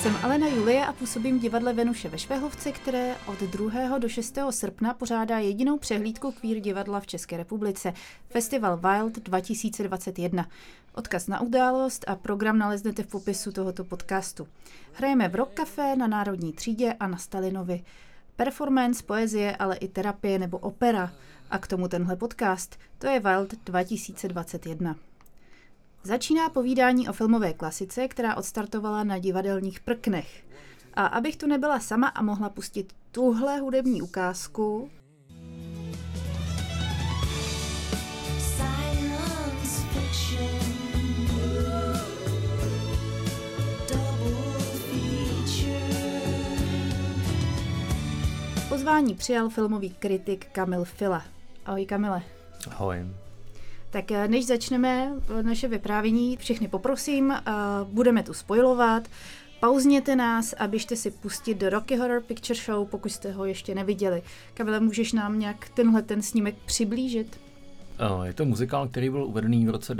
Jsem Alena Julie a působím v divadle Venuše ve Švehlovce, které od 2. do 6. srpna pořádá jedinou přehlídku queer divadla v České republice, Festival Wild 2021. Odkaz na událost a program naleznete v popisu tohoto podcastu. Hrajeme v Rock Café, na Národní třídě a na Stalinovi. Performance, poezie, ale i terapie nebo opera. A k tomu tenhle podcast, to je Wild 2021. Začíná povídání o filmové klasice, která odstartovala na divadelních prknech. A abych tu nebyla sama a mohla pustit tuhle hudební ukázku, pozvání přijal filmový kritik Kamil Fila. Ahoj Kamile. Ahoj. Tak než začneme naše vyprávění, všechny poprosím, budeme tu spoilovat. Pauzněte nás a běžte si pustit do Rocky Horror Picture Show, pokud jste ho ještě neviděli. Kamile, můžeš nám nějak ten snímek přiblížit? Je to muzikál, který byl uvedený v roce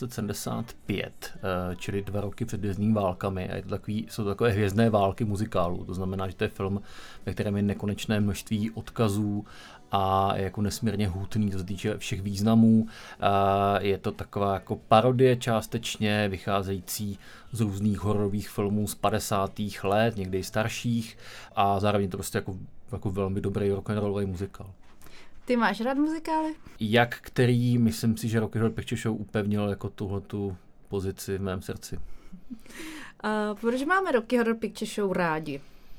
1975, čili 2 roky před hvězdnými válkami. A jsou to takové hvězdné války muzikálů. To znamená, že to je film, ve kterém je nekonečné množství odkazů a je jako nesmírně hutný, co se týče všech významů. Je to taková jako parodie částečně, vycházející z různých hororových filmů z 50. let, někdy i starších, a zároveň to prostě jako velmi dobrý rock'n'rollový muzikál. Ty máš rád muzikály? Jak který, myslím si, že Rocky Horror Picture Show upevnil jako tuhletu pozici v mém srdci. Proč máme Rocky Horror Picture Show rádi?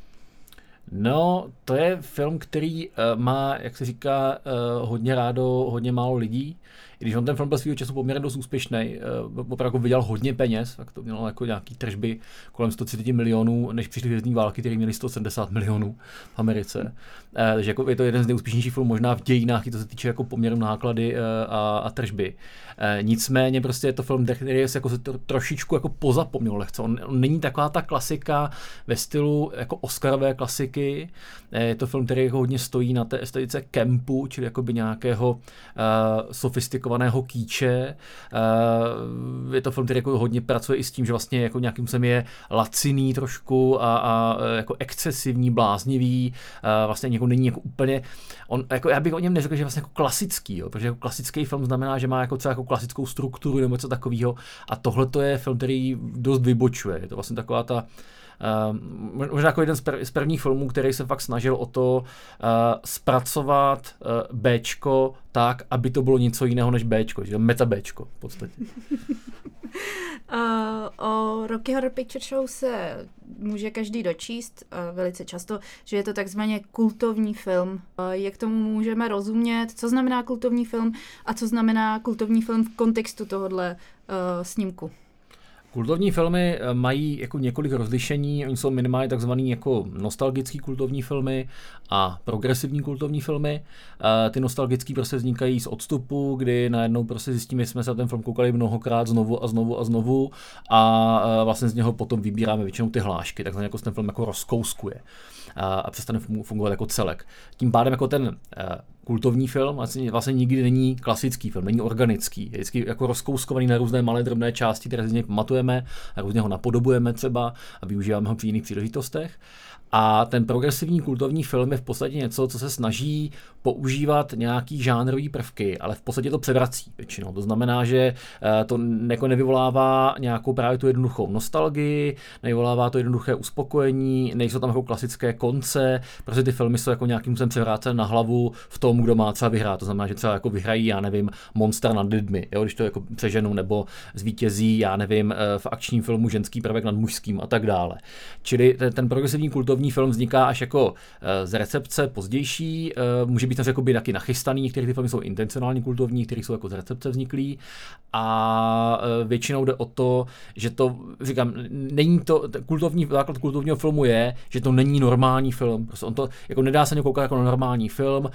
No, to je film, který má, jak se říká, hodně rádo hodně málo lidí. I když on ten film byl svýho času poměrně dost úspěšný, opravdu vydělal hodně peněz, tak to mělo jako nějaký tržby kolem 130 milionů, než přišly hvězdní války, které měly 170 milionů v Americe. Takže jako je to jeden z nejúspěšnějších filmů možná v dějinách, i to se týče jako poměru náklady a tržby. Nicméně prostě je to film, který se jako trošičku jako pozapomněl lehce. On není taková ta klasika ve stylu jako Oscarové klasiky. Je to film, který jako hodně stojí na té estetice campu, čili jakoby nějakého sofistikovaného kýče. Je to film, který jako hodně pracuje i s tím, že vlastně jako nějakým způsobem je laciný trošku a jako excesivní, bláznivý. Vlastně jako není jako úplně, jako já bych o něm neřekl, že je vlastně jako klasický, jo, protože jako klasický film znamená, že má jako celou jako klasickou strukturu nebo něco takového, a tohle to je film, který dost vybočuje. Je to vlastně taková ta možná jako jeden z prvních filmů, který se fakt snažil o to zpracovat Bčko tak, aby to bylo něco jiného než Bčko, že meta Bčko v podstatě. O Rocky Horror Picture Show se může každý dočíst velice často, že je to takzvaně kultovní film. Jak tomu můžeme rozumět, co znamená kultovní film a co znamená kultovní film v kontextu tohohle snímku? Kultovní filmy mají jako několik rozlišení, oni jsou minimálně takzvaný jako nostalgický kultovní filmy a progresivní kultovní filmy. Ty nostalgický prostě vznikají z odstupu, kdy najednou prostě zjistíme, že jsme se na ten film koukali mnohokrát znovu a vlastně z něho potom vybíráme většinou ty hlášky, takzvaně jako se ten film jako rozkouskuje a přestane fungovat jako celek. Tím pádem jako ten kultovní film vlastně nikdy není klasický film, není organický. Je vždycky jako rozkouskovaný na různé malé drobné části, které z něj pamatujeme a různě ho napodobujeme třeba a využíváme ho při jiných příležitostech. A ten progresivní kultovní film je v podstatě něco, co se snaží používat nějaký žánrový prvky, ale v podstatě to převrací většinou. To znamená, že to jako nevyvolává nějakou právě tu jednoduchou nostalgii, nevyvolává to jednoduché uspokojení, nejsou tam jako klasické konce, protože ty filmy jsou jako nějakým způsobem převrácené na hlavu v tom, kdo má třeba vyhrát. To znamená, že třeba jako vyhrají, já nevím, Monster nad lidmi, jo, když to jako přeženou, nebo zvítězí, já nevím, v akčním filmu ženský prvek nad mužským a tak dále. Čili ten progresivní kultovní film vzniká až jako z recepce pozdější, může být jakoby taky nachystaný, některé ty filmy jsou intencionálně kultovní, některé jsou jako z recepce vzniklý, a většinou jde o to, že to, říkám, není to, základ kultovního filmu je, že to není normální film, prostě on to, jako nedá se koukat jako normální film, málo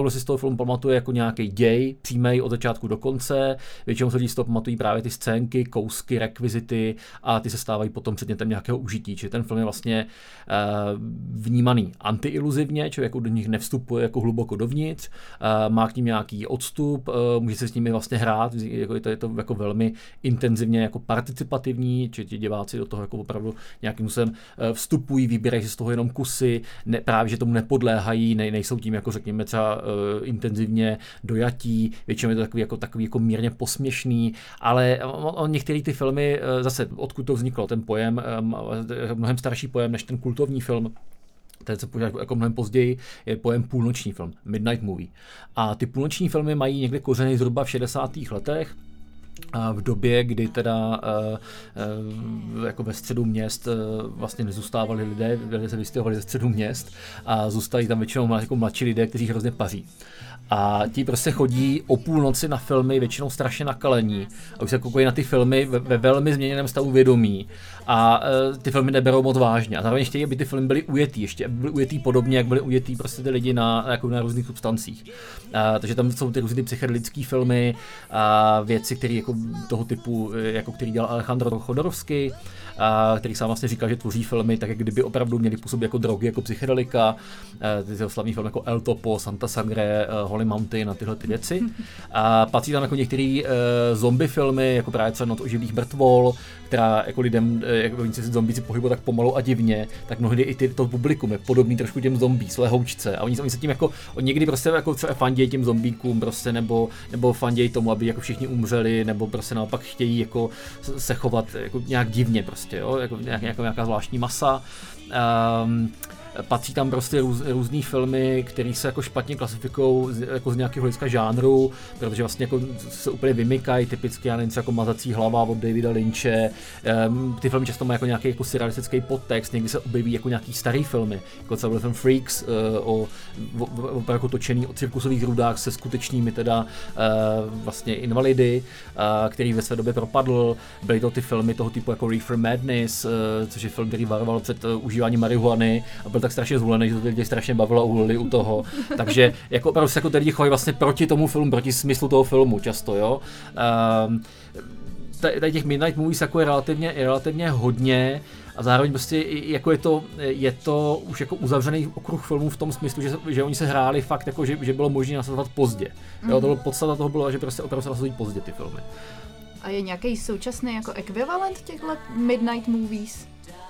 opravdu si z toho filmu pamatuje jako nějaký děj, přímý od začátku do konce. Většinou se lidi z toho pamatují právě ty scénky, kousky, rekvizity a ty se stávají potom předmětem nějakého užití. Čili ten film je vlastně vnímaný antiiluzivně, člověk do nich nevstupuje jako hluboko dovnitř, má k ním nějaký odstup, může se s nimi vlastně hrát, je to jako velmi intenzivně jako participativní, či ti diváci do toho jako opravdu nějakým způsobem vstupují, vybírají si z toho jenom kusy, právě že tomu nepodléhají, nejsou tím jako řekněme třeba intenzivně dojatí, většinou je to takový jako mírně posměšný, ale některé ty filmy, zase odkud to vzniklo, ten pojem, mnohem starší pojem než ten kultovní film, ten se používá jako mnohem později, je pojem půlnoční film, Midnight Movie. A ty půlnoční filmy mají někde kořeny zhruba v 60. letech, v době, kdy teda jako ve středu měst vlastně nezůstávali lidé se vystěhovali ze středu měst a zůstali tam většinou jako mladší lidé, kteří hrozně paří. A ti prostě chodí o půlnoci na filmy, většinou strašně nakalení. A už se koukají na ty filmy ve velmi změněném stavu vědomí. A ty filmy neberou moc vážně. A zároveň chtějí, aby ty filmy byly ujetý. Ještě byly ujetý podobně, jak byly ujetý prostě ty lidi na různých substancích. Takže tam jsou ty různé psychedelické filmy, věci, které jako toho typu, jako který dělal Alejandro Jodorowsky, který sám vlastně říkal, že tvoří filmy tak, jak kdyby opravdu měli působit jako drogy, jako psychedelika. Ty slavný filmy jako El Topo, Santa Sangre, Holy Mountain a tyhle ty věci. A patří tam jako některé zombie filmy, jako právě třeba Noc oživlých mrtvol, která jako lidem, jako oni se zombíci pohybují tak pomalu a divně, tak mnohdy i to publikum je podobný trošku těm zombí, slehoučce. A oni se tím jako někdy prostě jako třeba fandějí těm zombíkům prostě, nebo fandějí tomu, aby jako všichni umřeli, nebo prostě naopak chtějí jako se chovat jako nějak divně prostě, jo? Jako nějaká zvláštní masa. Patří tam prostě různý filmy, které se jako špatně klasifikují jako z nějakého hlediska žánru, protože vlastně jako se úplně vymykají, typicky já nevím, jako Mazací hlava od Davida Lynche. Ty filmy často mají jako nějaký jako surrealistický podtext, někdy se objeví jako nějaký starý filmy, jako třeba film Freaks, jako točený o cirkusových hrůdách se skutečnými teda vlastně invalidy, který ve své době propadl. Byly to ty filmy toho typu jako Reefer Madness, což je film, který varoval před užíváním marihuany a byl tak strašně zvolený, že to lidi strašně bavilo a uhlili u toho. Takže jako opravdu se jako ty lidi chovají vlastně proti tomu filmu, proti smyslu toho filmu často, jo. Tady těch Midnight Movies jako je relativně hodně a zároveň prostě jako je to už jako uzavřený okruh filmů v tom smyslu, že oni se hráli fakt jako, že bylo možné nasazovat pozdě. Jo, to bylo podstata toho bylo, že prostě opravdu se nasazují pozdě ty filmy. A je nějaký současný jako ekvivalent těchto Midnight Movies?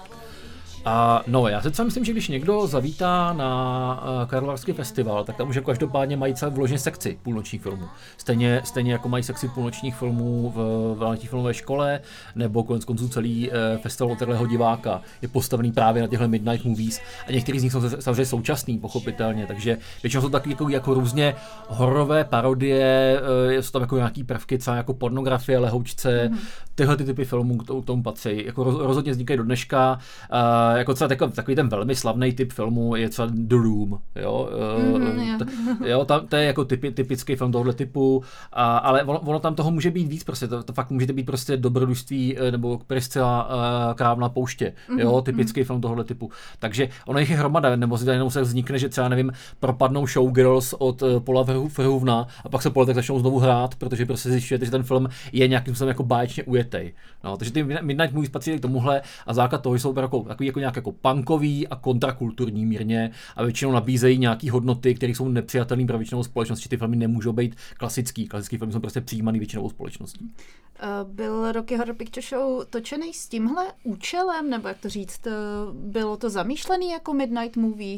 No, já si třeba myslím, že když někdo zavítá na Karlovarský festival, tak tam už jako každopádně mají celé vloženě sekci půlnočních filmů. Stejně jako mají sekci půlnočních filmů v Valentí filmové škole, nebo konec konců celý festival Otevřeného diváka je postavený právě na těchto Midnight Movies a některý z nich jsou samozřejmě současný, pochopitelně, takže většinou jsou taky jako různě hororové parodie, jsou tam jako nějaký prvky, třeba jako pornografie, lehoučce, tyhle typy filmů k tomu patří. Jako rozhodně vznikají do dneška. Jako třeba takový ten velmi slavný typ filmu je třeba The Room, jo, to je jako typický film tohoto typu, ale ono tam toho může být víc, prostě to fakt může být prostě Dobrodružství nebo Priscilla Kráv na pouště, jo, typický film tohoto typu. Takže ono jich je hromada, nebo si jenom se vznikne, že třeba nevím, propadnou Showgirls od Paula Verhoevena a pak se po letech začnou znovu hrát, protože prostě zjišťujete, že ten film je nějakým způsobem jako báječně ujetej. No, takže ty Midnight Movies patří k tomuhle a základ toho jsou takový nějak jako punkový a kontrakulturní mírně a většinou nabízejí nějaký hodnoty, které jsou nepřijatelné pro většinou společnosti. Ty filmy nemůžou být klasický filmy jsou prostě přijímaný většinovou společností. Byl Rocky Horror Picture Show točený s tímhle účelem, nebo jak to říct, bylo to zamýšlený jako Midnight Movie?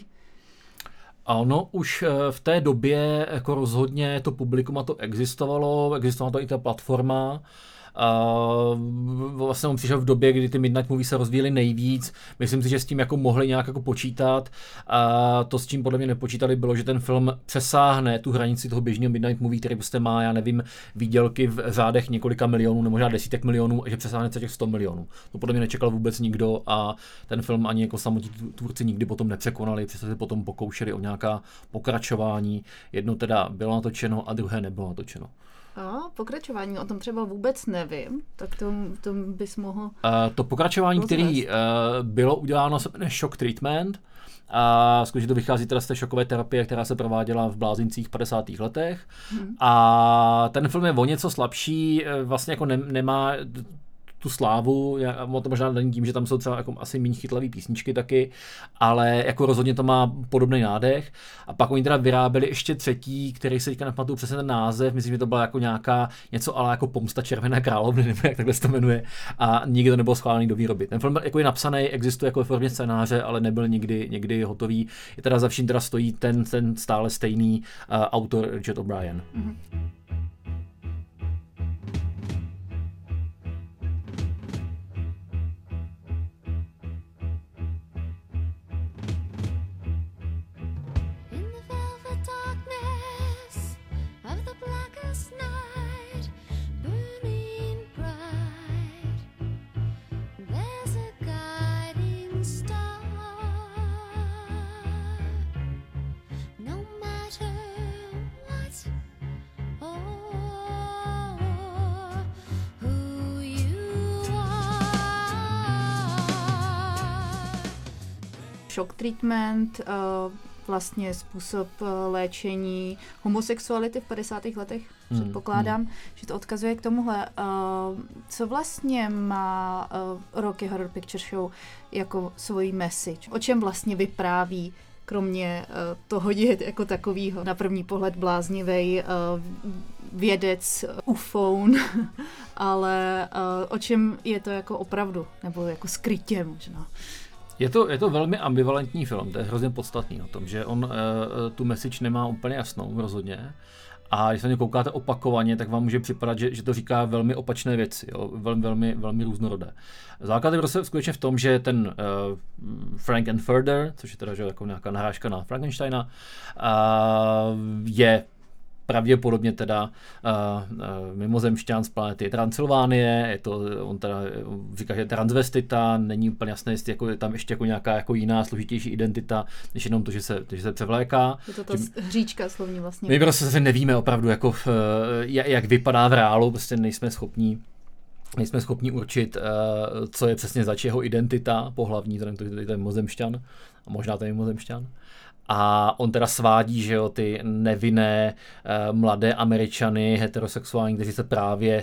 Ano, už v té době jako rozhodně to publikum a to existovala to i ta platforma. Vlastně on přišel v době, kdy ty Midnight Movies se rozvíjely nejvíc. Myslím si, že s tím jako mohli nějak jako počítat. A to, s čím podle mě nepočítali, bylo, že ten film přesáhne tu hranici toho běžného Midnight Movie, který prostě má, já nevím, výdělky v řádech několika milionů, nebo možná desítek milionů, a že přesáhne těch 100 milionů. To podle mě nečekal vůbec nikdo a ten film ani jako samotní tvůrci nikdy potom nepřekonali, přestože se potom pokoušeli o nějaká pokračování. Jedno teda bylo natočeno a druhé nebylo natočeno. Pokračování, o tom třeba vůbec nevím, tak to bys mohl... To pokračování, které bylo uděláno, se jmenuje Shock Treatment A skutečně to vychází teda z té šokové terapie, která se prováděla v blázincích v 50. letech. A ten film je o něco slabší, vlastně jako nemá tu slávu, to možná není tím, že tam jsou třeba jako asi méně chytlavý písničky taky, ale jako rozhodně to má podobný nádech. A pak oni teda vyráběli ještě třetí, který se teďka nepamatuju přesně ten název, myslím, že to byla jako nějaká něco ale jako Pomsta červené královny, nebo jak takhle se to jmenuje, a nikdy to nebylo schválený do výroby. Ten film jako je napsaný, existuje jako ve formě scénáře, ale nebyl nikdy hotový. Je teda za vším teda stojí ten stále stejný autor Richard O'Brien. Mm-hmm. Shock treatment, vlastně způsob léčení homosexuality v 50. letech, předpokládám, že to odkazuje k tomuhle. Co vlastně má Rocky Horror Picture Show jako svojí message? O čem vlastně vypráví, kromě toho děje jako takovýho, na první pohled bláznivej vědec, ufoun, ale o čem je to jako opravdu, nebo jako skrytě možná? Je to velmi ambivalentní film, to je hrozně podstatný o tom, že on tu message nemá úplně jasnou rozhodně. A když se na ně koukáte opakovaně, tak vám může připadat, že to říká velmi opačné věci, jo? Velmi různorodé. Základ je prostě skutečně v tom, že ten Frank-N-Furter, což je teda že jako nějaká narážka na Frankensteina, je pravděpodobně teda mimozemšťan z planety Transylvánie, on teda říká, že je transvestita, není úplně jasné, jestli jako je tam ještě jako nějaká jako jiná složitější identita, než jenom to, že se převléká. Je to ta hříčka slovní vlastně. My prostě nevíme opravdu, jako jak vypadá v reálu, prostě nejsme schopni určit, co je přesně zač jeho identita pohlavní, to je mimozemšťan, a možná to je mimozemšťan. A on teda svádí, že jo, ty nevinné mladé Američany, heterosexuální, kteří se právě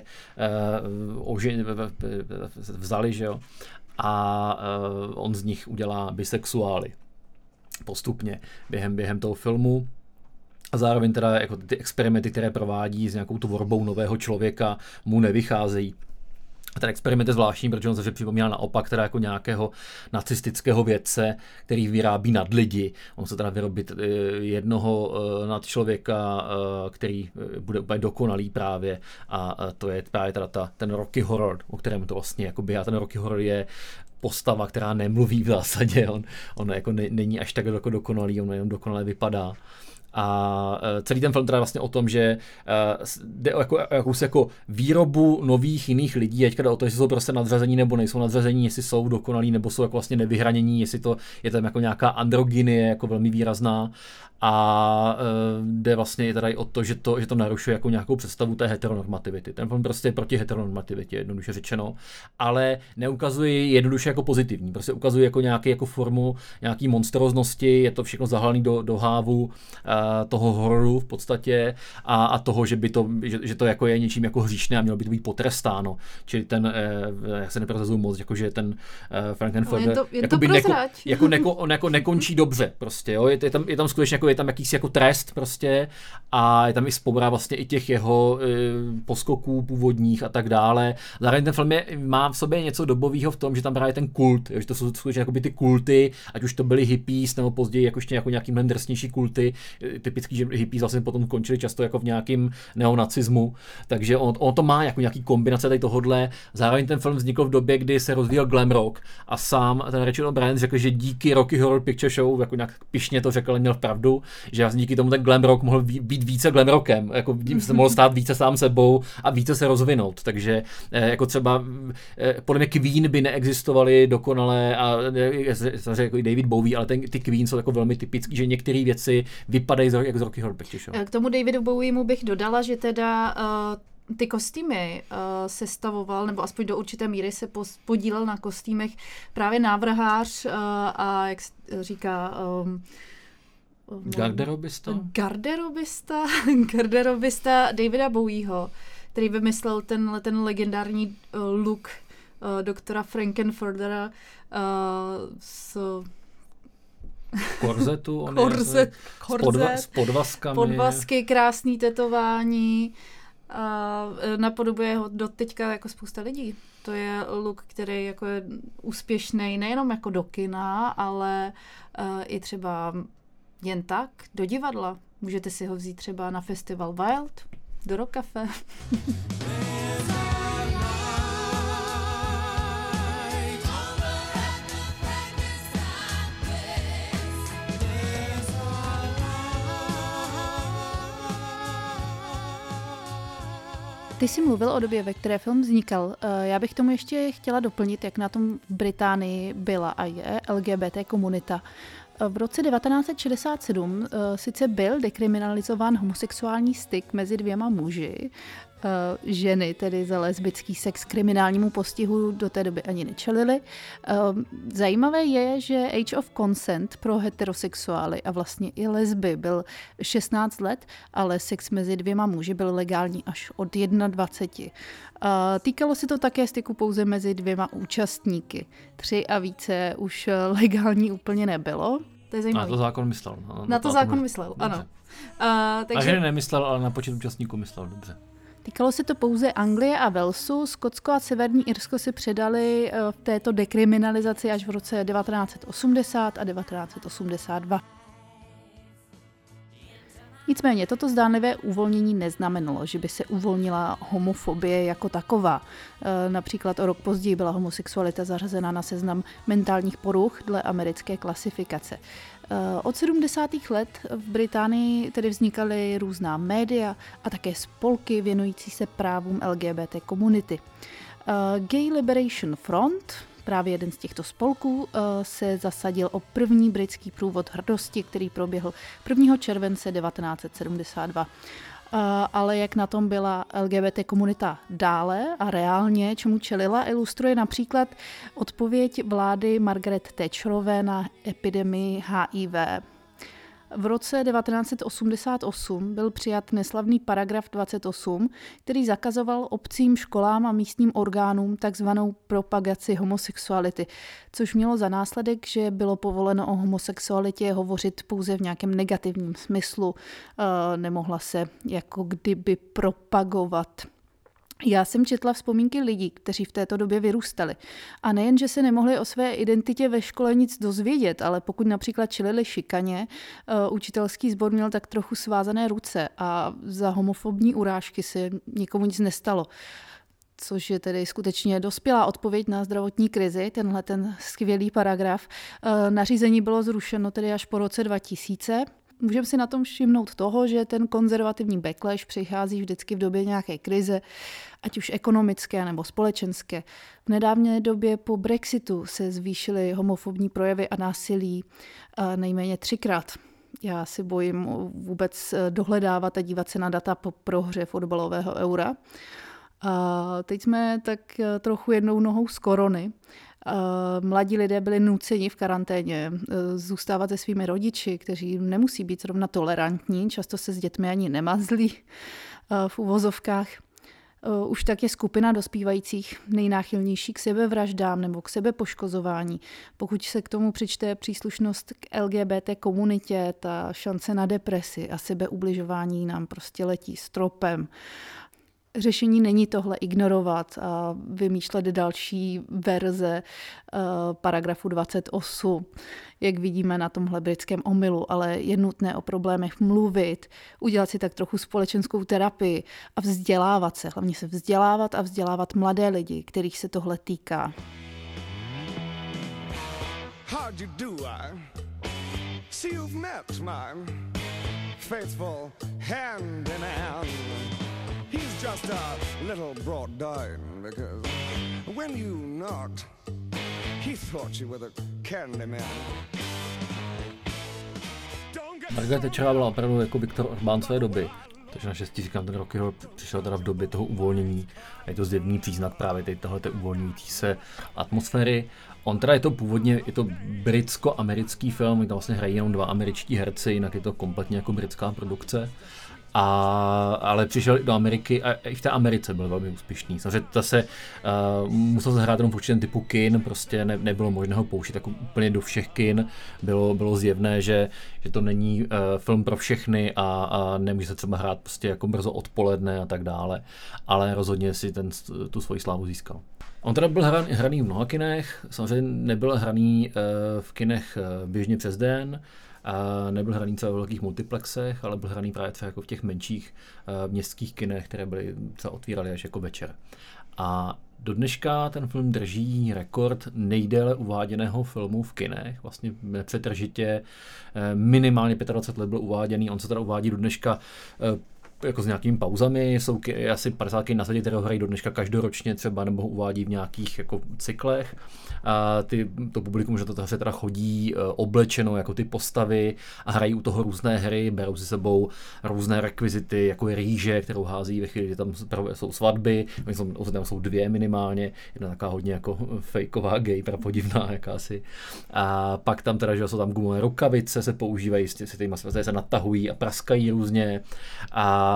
vzali, že jo. A on z nich udělá bisexuály postupně během toho filmu. A zároveň teda jako ty experimenty, které provádí s nějakou tvorbou nového člověka, mu nevycházejí. Ten experiment je zvláštní, protože on se připomíná naopak teda jako nějakého nacistického vědce, který vyrábí nadlidi. On se teda vyrobit jednoho nadčlověka, který bude úplně dokonalý právě. A to je právě teda ten Rocky Horror, o kterém to vlastně jako běhá. Ten Rocky Horror je postava, která nemluví v zásadě. On jako není až tak jako dokonalý, on jenom dokonale vypadá. A celý ten film teda vlastně o tom, že jde o jakousi jako výrobu nových jiných lidí, a teďka jde o to, jestli jsou prostě nadřazení nebo nejsou nadřazení, jestli jsou dokonalí nebo jsou jako vlastně nevyhranění, jestli to je tam jako nějaká androgynie jako velmi výrazná. A jde vlastně teda i o to, že to narušuje jako nějakou představu té heteronormativity. Ten film prostě je proti heteronormativitě, jednoduše řečeno, ale neukazuje jednoduše jako pozitivní. Prostě ukazuje jako nějaký jako formu nějaký monsteroznosti, je to všechno zahalený do hávu toho hororu v podstatě a toho, že to jako je něčím jako hříšné a mělo by to být potrestáno. Čili ten, jak se neprozazuju moc, jakože ten Frank-N-Furter jako nekončí dobře prostě, jo? Je tam skutečně jako je tam jakýsi jako trest prostě a je tam i vzpomíná vlastně i těch jeho poskoků původních a tak dále. Zároveň ten film má v sobě něco dobového v tom, že tam právě ten kult, že to jsou skutečně jakoby ty kulty, ať už to byly hippies nebo později ještě jako nějaký mnohem drsnější kulty, typický, že hippies vlastně potom končili často jako v nějakým neonacismu, takže on to má jako nějaký kombinace tady tohodle. Zároveň ten film vznikl v době, kdy se rozvíjel glam rock a sám ten Richard O'Brien řekl, že díky Rocky Horror Picture Show, jako nějak pyšně to řekl, měl pravdu, že díky tomu ten glam rock mohl být více glam rockem, jako tím se mohl stát více sám sebou a více se rozvinout, takže jako třeba podle mě Queen by neexistovaly dokonale a jako i David Bowie, ale ty Queen jsou jako velmi typický, že některé věci vypadají jak z Rocky Horror Picture Show. K tomu Davidu Bowiemu bych dodala, že teda ty kostýmy sestavoval, nebo aspoň do určité míry se podílel na kostýmech právě návrhář a jak se říká... Garderobista Davida Bowieho, který vymyslel ten legendární look doktora Frankenfurdera s korzetu, s podvazkami. Podvazky, krásný tetování. Napodobuje ho doteďka jako spousta lidí. To je look, který jako je úspěšný nejenom jako do kina, ale i třeba jen tak do divadla. Můžete si ho vzít třeba na festival Wild, do Rock Café. Ty jsi mluvil o době, ve které film vznikal. Já bych tomu ještě chtěla doplnit, jak na tom v Británii byla a je LGBT komunita. V roce 1967 sice byl dekriminalizován homosexuální styk mezi dvěma muži. Ženy tedy za lesbický sex kriminálnímu postihu do té doby ani nečelily. Zajímavé je, že age of consent pro heterosexuály a vlastně i lesby byl 16 let, ale sex mezi dvěma muži byl legální až od 21. Týkalo se to také styku pouze mezi dvěma účastníky. 3 a více už legální úplně nebylo. To je zajímavé. Na to zákon myslel. Na to zákon myslel, ano. Takže... A že nemyslel, ale na počet účastníků myslel, dobře. Týkalo se to pouze Anglie a Walesu. Skotsko a Severní Irsko si předali v této dekriminalizaci až v roce 1980 a 1982. Nicméně toto zdánlivé uvolnění neznamenalo, že by se uvolnila homofobie jako taková. Například o rok později byla homosexualita zařazena na seznam mentálních poruch dle americké klasifikace. Od 70. let v Británii tedy vznikaly různá média a také spolky věnující se právům LGBT komunity. Gay Liberation Front, právě jeden z těchto spolků, se zasadil o první britský průvod hrdosti, který proběhl 1. července 1972. Ale jak na tom byla LGBT komunita dále a reálně, čemu čelila, ilustruje například odpověď vlády Margaret Thatcherové na epidemii HIV. V roce 1988 byl přijat neslavný paragraf 28, který zakazoval obcím, školám a místním orgánům takzvanou propagaci homosexuality, což mělo za následek, že bylo povoleno o homosexualitě hovořit pouze v nějakém negativním smyslu, nemohla se jako kdyby propagovat. Já jsem četla vzpomínky lidí, kteří v této době vyrůstali. A nejen, že se nemohli o své identitě ve škole nic dozvědět, ale pokud například čelili šikaně, učitelský sbor měl tak trochu svázané ruce a za homofobní urážky se nikomu nic nestalo. Což je tedy skutečně dospělá odpověď na zdravotní krizi, tenhle ten skvělý paragraf. Nařízení bylo zrušeno tedy až po roce 2000. Můžeme si na tom všimnout toho, že ten konzervativní backlash přichází vždycky v době nějaké krize, ať už ekonomické nebo společenské. V nedávné době po Brexitu se zvýšily homofobní projevy a násilí nejméně 3krát. Já si bojím vůbec dohledávat a dívat se na data po prohře fotbalového Eura. A teď jsme tak trochu jednou nohou z korony. Mladí lidé byli nuceni v karanténě zůstávat se svými rodiči, kteří nemusí být zrovna tolerantní, často se s dětmi ani nemazlí v uvozovkách. Už tak je skupina dospívajících nejnáchylnější k sebevraždám nebo k sebepoškozování. Pokud se k tomu přičte příslušnost k LGBT komunitě, ta šance na depresi a sebeubližování nám prostě letí stropem. Řešení není tohle ignorovat a vymýšlet další verze paragrafu 28, jak vidíme na tomhle britském omylu, ale je nutné o problémech mluvit, udělat si tak trochu společenskou terapii a vzdělávat se, hlavně se vzdělávat a vzdělávat mladé lidi, kterých se tohle týká. How'd you do, see you've met my faithful hand in hand. He's just a little brought down because when you knocked, he thought you were the candy man. Margaret Thatcherová byla opravdu jako Viktor Orbán své doby. Takže naštěstí říkám, ten Rockyho přišel teda v době toho uvolnění a je to zjevný příznak právě tohleté uvolňující se atmosféry. On teda je to původně, je to britsko-americký film, tam vlastně hrají jenom 2 američtí herci, jinak je to kompletně jako britská produkce. Ale přišel do Ameriky a i v té Americe byl velmi úspěšný. Samozřejmě zase musel se hrát jenom v určitém typu kin, prostě nebylo možné ho pouštět jako úplně do všech kin. Bylo zjevné, že to není film pro všechny a nemůže se třeba hrát prostě jako brzo odpoledne a tak dále, ale rozhodně si tu svoji slávu získal. On teda byl hraný v mnoha kinech, samozřejmě nebyl hraný v kinech běžně přes den, nebyl hraný třeba v velkých multiplexech, ale byl hraný právě třeba jako v těch menších městských kinech, které byly třeba otvíraly až jako večer. A do dneška ten film drží rekord nejdéle uváděného filmu v kinech, vlastně nepřetržitě minimálně 25 let byl uváděný, on se teda uvádí do dneška jako s nějakými pauzami, jsou asi 50 kin na světě, které ho hrají do dneška každoročně třeba, nebo ho uvádí v nějakých jako cyklech. A to publikum, že to se teda chodí oblečeno jako ty postavy a hrají u toho různé hry, berou si sebou různé rekvizity, jako je rýže, kterou hází ve chvíli, kdy tam jsou svatby, tam jsou 2 minimálně, jedna taková hodně jako fejková gay, prapodivná jakási. A pak tam teda, že jsou tam gumové rukavice, se používají, se natahují a praskají různě a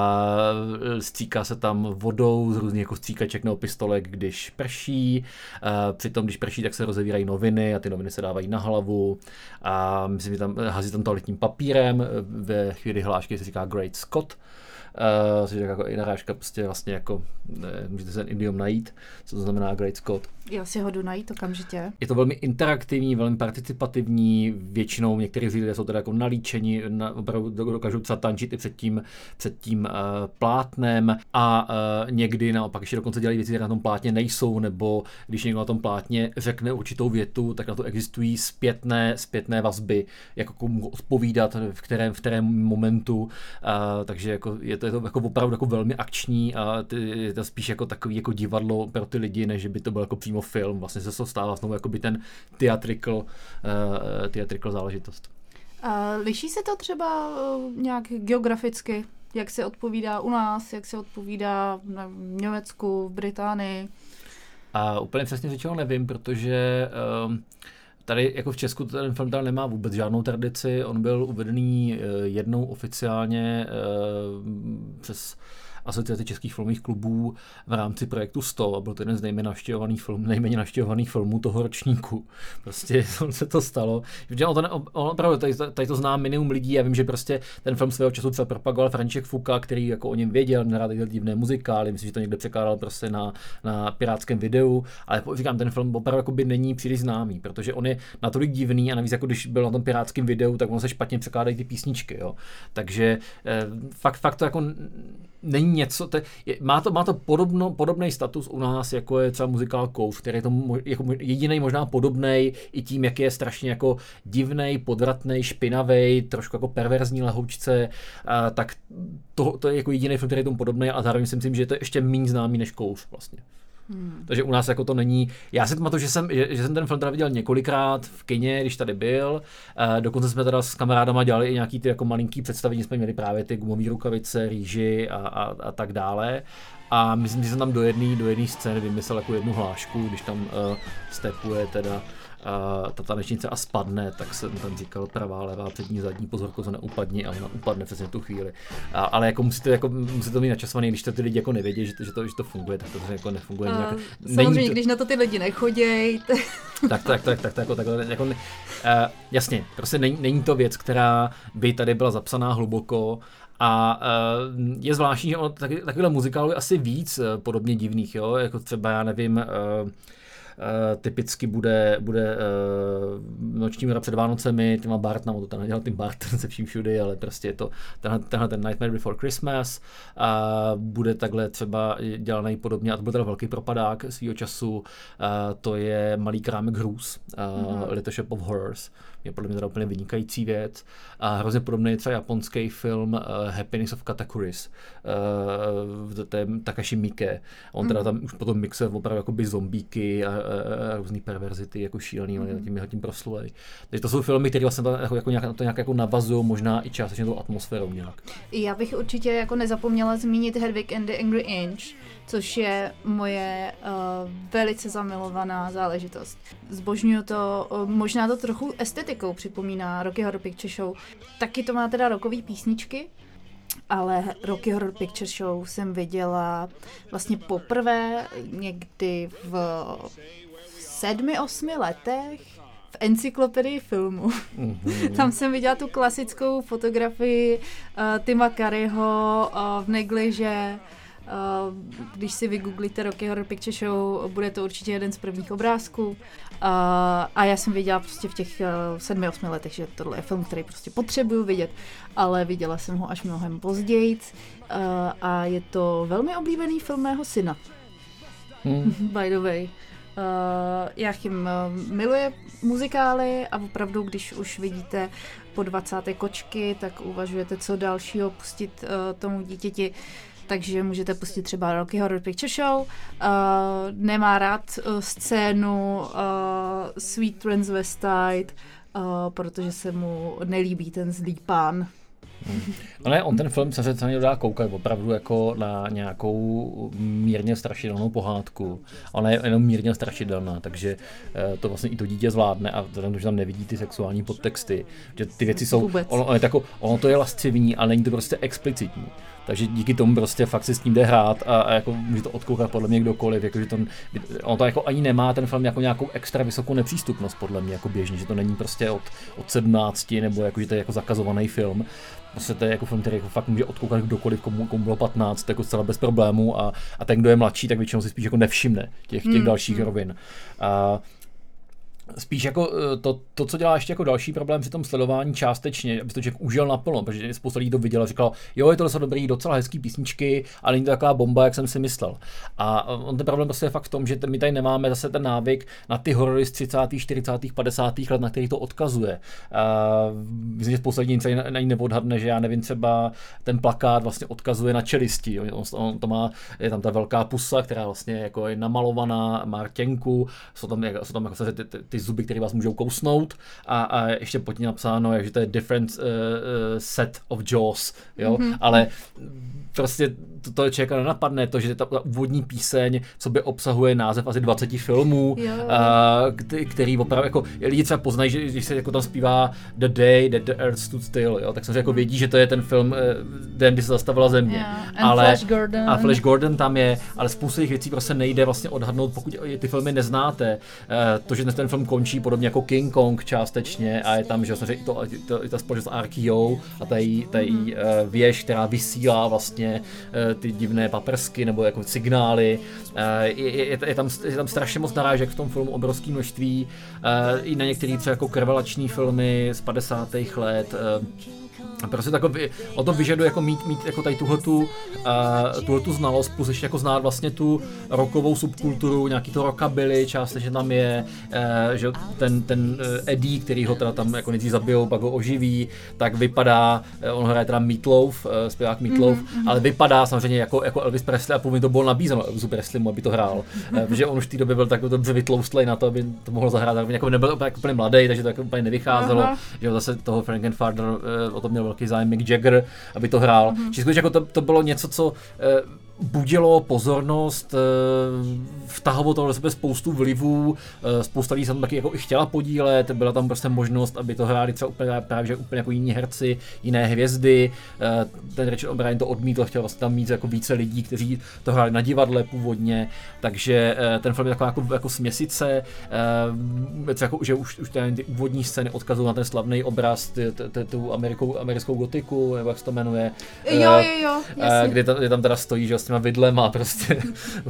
stříká se tam vodou z různých jako stříkaček nebo pistolek, když prší. Přitom, když prší, tak se rozevírají noviny a ty noviny se dávají na hlavu. A myslím, že tam hází tam toaletním papírem. Ve chvíli hlášky se říká Great Scott. Což je jako i narážka prostě vlastně jako, můžete se ten idiom najít, co to znamená Great Scott. Já si ho jdu najít okamžitě. Je to velmi interaktivní, velmi participativní, většinou některých lidé jsou teda jako nalíčeni, opravdu dokážou třeba tančit i před tím plátnem a někdy naopak ještě dokonce dělají věci, které na tom plátně nejsou, nebo když někdo na tom plátně řekne určitou větu, tak na to existují zpětné vazby, jako komu odpovídat v kterém momentu, takže jako je to jako opravdu jako velmi akční a je to spíš jako takový jako divadlo pro ty lidi, než by to byl jako přímo film. Vlastně se to stává znovu jakoby ten theatrical záležitost. Liší se to třeba nějak geograficky? Jak se odpovídá u nás, jak se odpovídá v Německu, v Británii? Úplně přesně řečeno nevím, protože tady jako v Česku ten film tam nemá vůbec žádnou tradici. On byl uvedený jednou oficiálně přes Asociaci českých filmových klubů v rámci projektu 100 a byl to jeden z nejméně navštěvovaných filmů toho ročníku. Prostě se to stalo. Opravdu, tady to zná minimum lidí. Já vím, že prostě ten film svého času třeba propagoval František Fuka, který jako o něm věděl, nerád dělal divné muzikály, myslím, že to někde překládal prostě na pirátském videu, ale říkám, ten film opravdu jako by není příliš známý, protože on je natolik divný a navíc jako když byl na tom pirátském videu, tak on se špatně překládají ty písničky, jo. Takže fakt to jako není něco, má to podobný status u nás, jako je třeba muzikál Kouř, který je to jako jediný možná podobnej i tím, jak je strašně jako divnej, podvratnej, špinavej, trošku jako perverzní lehoučce, tak to je jako jediný film, který je tomu podobný a zároveň si myslím, že je to ještě méně známý než Kouř vlastně. Takže u nás jako to není. Já si pamatuju, že jsem ten film teda viděl několikrát v kině, když tady byl. Dokonce jsme teda s kamarádama dělali i nějaký ty jako malinký představení, jsme měli právě ty gumové rukavice, rýži a tak dále. A myslím, že jsem tam do jedné scény vymyslel jako jednu hlášku, když tam stepuje teda ta tanečnice a spadne, tak jsem tam říkal pravá, levá, přední, zadní, pozor, kozo neupadni a ona upadne přesně v tu chvíli. Ale jako musíte to mít načasovaný, když to ty lidi jako nevědí, že to funguje, tak to jako nefunguje nějak. Samozřejmě, když na to ty lidi nechodějí. Jasně, prostě není to věc, která by tady byla zapsaná hluboko. A je zvláštní, že takovýhle muzikálů je asi víc podobně divných, jo? Jako třeba, já nevím, typicky bude Noční můra před Vánocemi, Tima Burtona, to tam nedělal Tim Burton se vším všudy, ale prostě je to tenhle ten Nightmare Before Christmas a bude takhle třeba dělaný podobně, a to byl teda velký propadák svýho času, to je Malý krámek hrůz, Little Shop of Horrors, je podle mě teda úplně vynikající věc. A hrozně podobný je třeba japonský film Happiness of Katakuri's, to je Takashi Miike. On teda tam už potom mixuje opravdu jakoby zombíky a různý perverzity jako šílený, on je tím proslulej. Takže to jsou filmy, které vlastně nějak jako navazují, možná i částečně tou atmosférou nějak. Já bych určitě jako nezapomněla zmínit Hedwig and the Angry Inch, což je moje velice zamilovaná záležitost. Zbožňuju to, možná to trochu estetikou připomíná Rocky Horror Picture Show. Taky to má teda rockový písničky, ale Rocky Horror Picture Show jsem viděla vlastně poprvé někdy v 7-8 letech v encyklopedii filmu. Tam jsem viděla tu klasickou fotografii Tima Curryho v negliže. Když si vygooglíte Rocky Horror Picture Show, bude to určitě jeden z prvních obrázků. A já jsem viděla prostě v těch 7-8 letech, že tohle je film, který prostě potřebuju vidět, ale viděla jsem ho až mnohem později a je to velmi oblíbený film mého syna. By the way. Jáchym miluje muzikály a opravdu, když už vidíte po 20. kočky, tak uvažujete, co dalšího pustit tomu dítěti. Takže můžete pustit třeba Rocky Horror Picture Show. Nemá rád scénu Sweet Transvestite, protože se mu nelíbí ten zlý pán. Ale on ten film se celý dá koukat opravdu jako na nějakou mírně strašidelnou pohádku. Ona je jenom mírně strašidelná, takže to vlastně i to dítě zvládne a vzhledem, že tam nevidí ty sexuální podtexty, že ty věci jsou, ono to je lascivní, ale není to prostě explicitní. Takže díky tomu prostě fakt si s tím jde hrát a jako může to odkoukat podle mě kdokoliv, jakože on to jako ani nemá ten film jako nějakou extra vysokou nepřístupnost podle mě jako běžně, že to není prostě od 17 nebo jako, že to je jako zakazovaný film. Prostě to je jako film, který jako fakt může odkoukat kdokoliv, komu bylo 15, jako zcela bez problémů a ten, kdo je mladší, tak většinou si spíš jako nevšimne těch dalších rovin. Spíš jako to, co dělá ještě jako další problém při tom sledování částečně, aby to člověk užil naplno, protože spousta lidí to viděla a říkalo, jo, je to docela dobrý, docela hezký písničky, ale není to taková bomba, jak jsem si myslel. A on ten problém prostě je fakt v tom, že my tady nemáme zase ten návyk na ty horory z 30., 40., 50. let, na který to odkazuje. Myslím, že spousta lidí na ní neodhadne, že já nevím, třeba ten plakát vlastně odkazuje na Čelisti. On to má, je tam ta velká pusa, která vlastně jako je namalovaná, má rtěnku, jsou tam jako ty zuby, které vás můžou kousnout a ještě pod ní napsáno, že to je different set of jaws, jo, ale prostě to člověka nenapadne, to, že ta úvodní píseň v sobě obsahuje název asi 20 filmů, který opravdu jako lidi třeba poznají, že když se jako tam zpívá The Day That the Earth Stood Still, jo, tak samozřejmě jako vědí, že to je ten film Den, kdy se zastavila země. Ale Flash Gordon tam je, ale spousta těch věcí prostě nejde vlastně odhadnout, pokud ty filmy neznáte. To, že ten film končí podobně jako King Kong částečně a je tam, že vlastně i ta společnost RKO a ta její věž, která vysílá vlastně ty divné paprsky nebo jako signály. Je tam strašně moc narážek v tom filmu, obrovské množství. I na některé třeba jako krvelační filmy z 50. let. Prostě takový, o to vyžaduje jako mít jako tady tuhletu znalost, plus ještě jako znát vlastně tu rockovou subkulturu, nějaký to rockabilly, částečně tam je, že ten Eddie, který ho teda tam jako nejdřív zabijou, pak ho oživí, tak vypadá, on hraje teda Meatloaf, zpěvák Meatloaf, ale vypadá samozřejmě jako Elvis Presley a původně to bylo nabízeno Elvisu Presleymu, aby to hrál, protože on už v té době byl tak dobře vytloustlej na to, aby to mohl zahrát, tak jako nebyl úplně mladý, takže to jako úplně nevycházelo, že zase toho Frankenfarder o to měl velký zájem Mick Jagger, aby to hrál. Čiže jako to bylo něco, co budilo pozornost, vtahovalo to do sebe spoustu vlivů, spousta lidí se tam taky jako i chtěla podílet, byla tam prostě možnost, aby to hráli třeba úplně jako jiní herci, jiné hvězdy. Ten Richard O'Brien to odmítl, chtěl vlastně tam mít jako více lidí, kteří to hráli na divadle původně, takže ten film je taková jako směsice, jako, že už ty úvodní scény odkazují na ten slavný obraz, tu americkou gotiku, nebo jak se to jmenuje, jo, kde tam teda stojí, že těma vidlema prostě.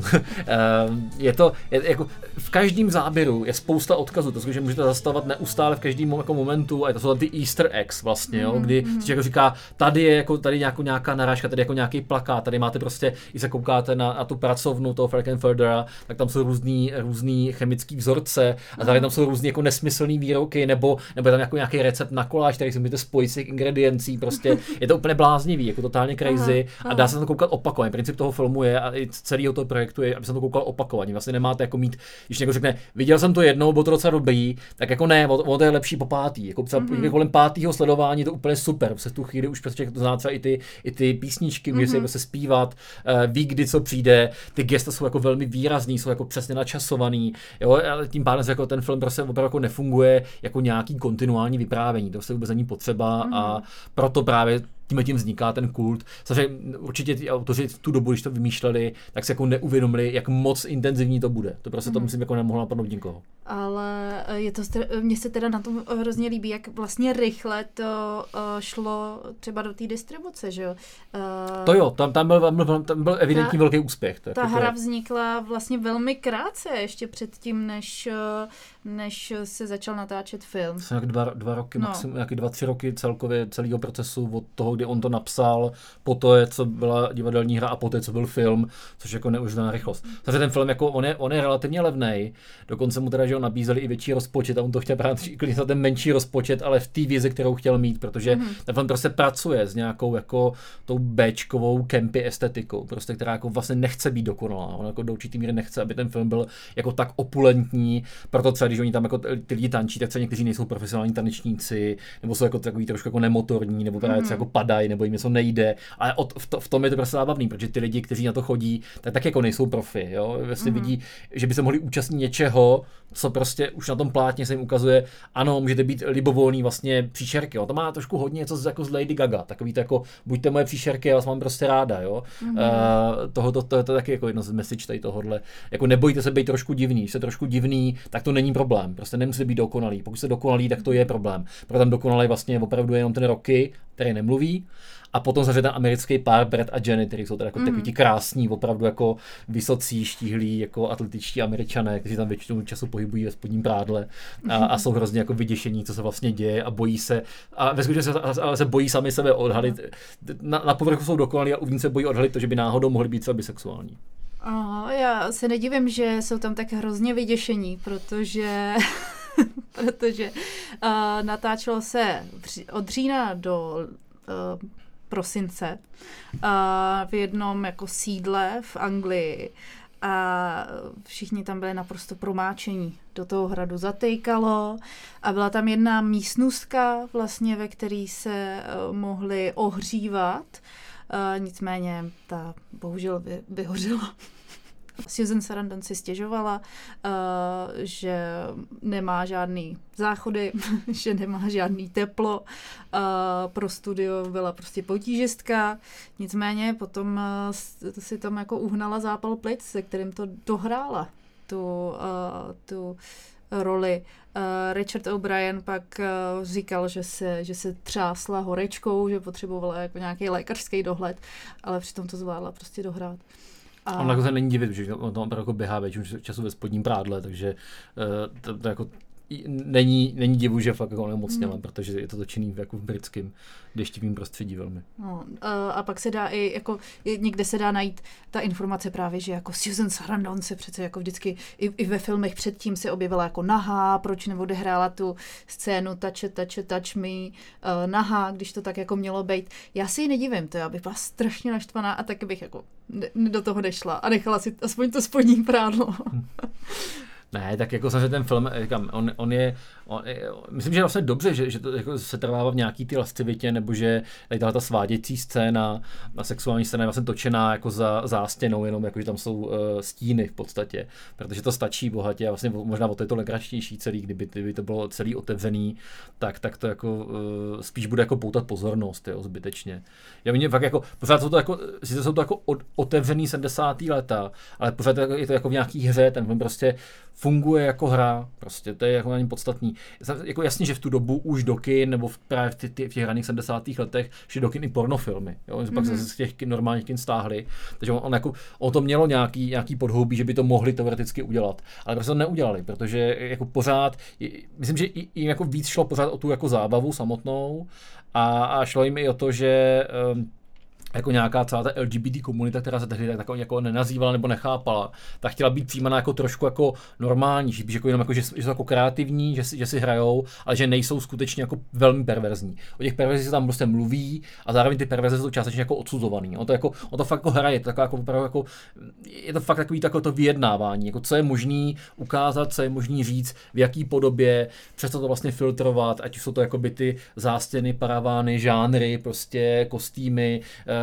Jako v každém záběru je spousta odkazů, to že můžete zastavovat neustále v každém jako momentu, a to jsou tam ty Easter eggs vlastně, jo, kdy si jako říká, tady je jako tady nějaká narážka, tady jako nějaký plakát, tady máte prostě, i se koukáte na tu pracovnu toho Frankenfurdera, tak tam jsou různý chemický vzorce a tady tam jsou různý jako nesmyslný výroky, nebo tam jako nějaký recept na koláč, který si můžete spojit z těch ingrediencí, prostě je to úplně bláznivý, jako totálně crazy a dá se na to koukat opakovaně. Princip toho filmu je a i celého toho projektu je, aby se to koukal opakovaně. Vlastně nemáte jako mít, když někdo řekne, viděl jsem to jednou, bylo to docela dobrý, tak jako ne, to je lepší po pátý. Jako kolem pátého sledování to úplně super. Se v tu chvíli už prostě to zná třeba i ty písničky, může se prostě zpívat, ví, kdy co přijde, ty gesta jsou jako velmi výrazný, jsou jako přesně načasovaný, jo, ale tím pádem jako ten film prostě opravdu jako nefunguje jako nějaký kontinuální vyprávění, to se vůbec není potřeba a proto právě tím vzniká ten kult. Samozřejmě určitě ty autoři v tu dobu, když to vymýšleli, tak se jako neuvědomili, jak moc intenzivní to bude. To prostě to myslím jako nemohlo napadnout nikoho. Ale mně se teda na tom hrozně líbí, jak vlastně rychle to šlo třeba do té distribuce, že jo? To jo, tam byl evidentní velký úspěch. Ta hra vznikla vlastně velmi krátce, ještě předtím, než se začal natáčet film. Jsou jak 2 roky, maximum, nějaký 2-3 roky celkově celého procesu od toho, kdy on to napsal, po to, co byla divadelní hra a poté, co byl film, což jako neuvěřitelná rychlost. Takže ten film jako on je relativně levnej, dokonce mu teda, že ho nabízeli i větší rozpočet a on to chtěl brát klidně za ten menší rozpočet, ale v té vizi, kterou chtěl mít, protože ten film prostě pracuje s nějakou jako tou béčkovou campy estetikou, prostě která jako vlastně nechce být dokonalá. On jako do určitý míry nechce, aby ten film byl jako tak opulentní, proto třeba když oni tam jako ty lidi tančí, tak třeba někteří nejsou profesionální tanečníci, nebo jsou jako takový trošku jako nemotorní, nebo právě jako padají, nebo jim něco nejde. Ale v tom je to prostě zábavný, protože ty lidi, kteří na to chodí, tak jako nejsou profi, jo. Vlastně vidí, že by se mohli účastnit něčeho, co prostě už na tom plátně se jim ukazuje, ano, můžete být libovolný vlastně příšerky, jo. To má trošku hodně něco jako z Lady Gaga, takový to jako buďte moje příšerky, já vás mám prostě ráda, jo. To je taky jako jedno z message tady tohodle. Jako nebojte se být trošku divný, když jste trošku divný, tak to není problém. Prostě nemusíte být dokonalý. Pokud jste dokonalý, tak to je problém. Protože tam dokonalý vlastně opravdu jenom ten Rocky, který nemluví. A potom zase ten americký pár Brad a Jenny, kteří jsou teda jako takový ti krásní, opravdu jako vysocí, štíhlí, jako atletičtí Američané, kteří tam většinou času pohybují ve spodním prádle a jsou hrozně jako vyděšení, co se vlastně děje a bojí se. A ve skutečnosti se bojí sami sebe odhalit. Na povrchu jsou dokonalí a uvnitř se bojí odhalit to, že by náhodou mohli být třeba bisexuální. Já se nedivím, že jsou tam tak hrozně vyděšení, protože natáčelo se od října do prosince v jednom jako sídle v Anglii a všichni tam byli naprosto promáčení. Do toho hradu zatejkalo a byla tam jedna místnostka vlastně, ve které se mohli ohřívat. Nicméně ta bohužel vyhořela. Susan Sarandon si stěžovala, že nemá žádný záchody, že nemá žádný teplo. Pro studio byla prostě potížistka. Nicméně potom si tam jako uhnala zápal plic, se kterým to dohrála tu roli. Richard O'Brien pak říkal, že se třásla horečkou, že potřebovala jako nějaký lékařský dohled, ale přitom to zvládla prostě dohrát. On jako se není divit, že on tam jako běhá většinu času ve spodním prádle, takže to jako není divu, že fakt jako onemocněla, protože je to točený jako v britském deštivém prostředí velmi. No, a pak se dá i jako někde se dá najít ta informace právě, že jako Susan Sarandon se přece jako vždycky i ve filmech předtím se objevila jako nahá, proč neodehrála tu scénu touch me nahá, když to tak jako mělo být. Já si ji nedivím, to já bych byla strašně naštvaná a taky bych jako do toho nešla a nechala si aspoň to spodní prádlo. Ne, tak jako samozřejmě ten film, říkám, on je myslím, že je vlastně dobře, že to jako se trvává v nějaký ty lascivitě, nebo že tady ta sváděcí scéna, na sexuální scéna je vlastně točená jako za zástěnou, jenom jako, že tam jsou stíny v podstatě, protože to stačí bohatě a vlastně možná o to je to legračnější celý, kdyby to bylo celý otevřený, tak to jako spíš bude jako poutat pozornost, jo, zbytečně. Já mě fakt jako, pořád jsou to jako, sice jsou to jako otevřený 70. leta, ale pořád je to jako v nějaký hře, ten film prostě funguje jako hra, prostě to je jako na něm podstatný. Jako jasně, že v tu dobu už do kin, nebo právě v těch raných 70. letech šli do kin i pornofilmy, jo, pak se z těch normálních kin stáhli, takže on to mělo nějaký podhoubí, že by to mohli teoreticky udělat, ale prostě to neudělali, protože jako pořád, myslím, že jim jako víc šlo pořád o tu jako zábavu samotnou a šlo jim i o to, že jako nějaká celá ta LGBT komunita, která se tehdy tak jako nenazývala nebo nechápala, tak chtěla být přijímaná jako trošku jako normální, že jako jenom jako, že jsou jako kreativní, že si hrajou, ale že nejsou skutečně jako velmi perverzní. O těch perverzích se tam prostě mluví a zároveň ty perverze jsou částečně jako odsuzovaný. On to fakt jako hraje, to jako je to fakt takový to vyjednávání, jako co je možný ukázat, co je možný říct, v jaký podobě, přesto to vlastně filtrovat, ať jsou to jakoby ty zástěny, paravány, žánry, prostě kostýmy,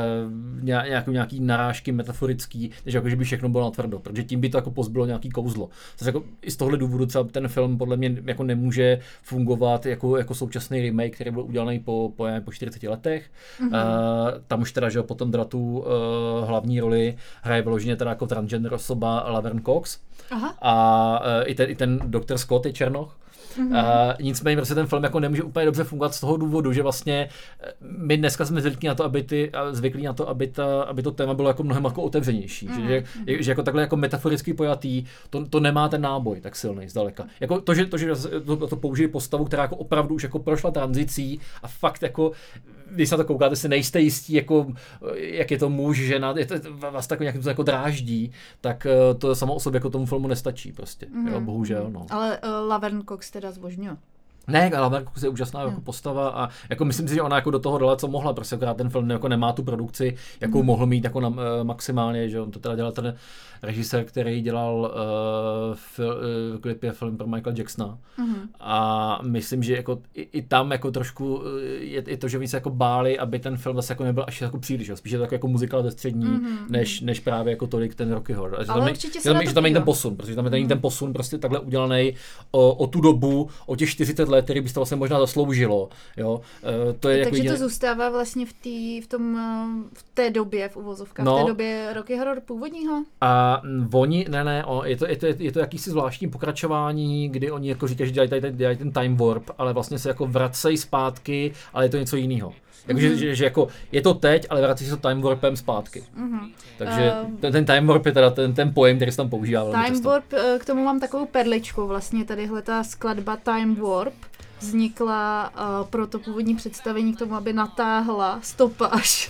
nějaký narážky metaforický, takže jako, že by všechno bylo natvrdo, protože tím by to jako pozbylo nějaký kouzlo. Zase jako i z tohle důvodu třeba ten film podle mě jako nemůže fungovat jako současný remake, který byl udělaný po 40 letech. Tam už teda, že potom teda tu hlavní roli hraje vyloženě teda jako transgender osoba Laverne Cox. Aha. A i ten doktor Scott je černoch. Nicméně prostě ten film jako nemůže úplně dobře fungovat z toho důvodu, že vlastně my dneska jsme zvyklí na to, aby to téma bylo jako mnohem jako otevřenější, že jako takhle jako metaforicky pojatý, to nemá ten náboj tak silný zdaleka. Jako to, že to použije postavu, která jako opravdu už jako prošla tranzicí a fakt jako když se na to koukáte, si nejste jistí, jako, jak je to muž, žena, vás tak nějakým jako dráždí, tak to samo o sobě jako tomu filmu nestačí prostě, jo, bohužel. No. Ale Laverne Cox teda zbožňuje. Ne, Laverne Cox je úžasná jako postava a jako myslím si, že ona jako do toho dala, co mohla, prostě akorát ten film jako nemá tu produkci, jakou mohl mít jako maximálně, že on to teda dělal ten režisér, který dělal klipy film pro Michaela Jacksona. A myslím, že jako i tam jako trošku je to, že víc jako báli, aby ten film zase jako nebyl až jako příliš, spíš je to jako muzikál ze střední, než právě jako tolik ten Rocky Horror. Že tam není ten posun, protože tam není ten posun prostě takhle udělaný o tu dobu, o těch 40 let, který by to vlastně možná zasloužilo, jo. To je takže jako to zůstává vlastně v té době v uvozovkách, v té době Rocky Horror původního? A je to jakýsi zvláštní pokračování, kdy oni jako říkají, že dělají ten time warp, ale vlastně se jako vracejí zpátky, ale je to něco jiného. Jakože že jako je to teď, ale vrací se to time warpem zpátky. Takže ten time warp je teda ten pojem, který se tam používá. Time warp, k tomu mám takovou perličku, vlastně tadyhle ta skladba Time Warp vznikla pro to původní představení k tomu, aby natáhla stopáž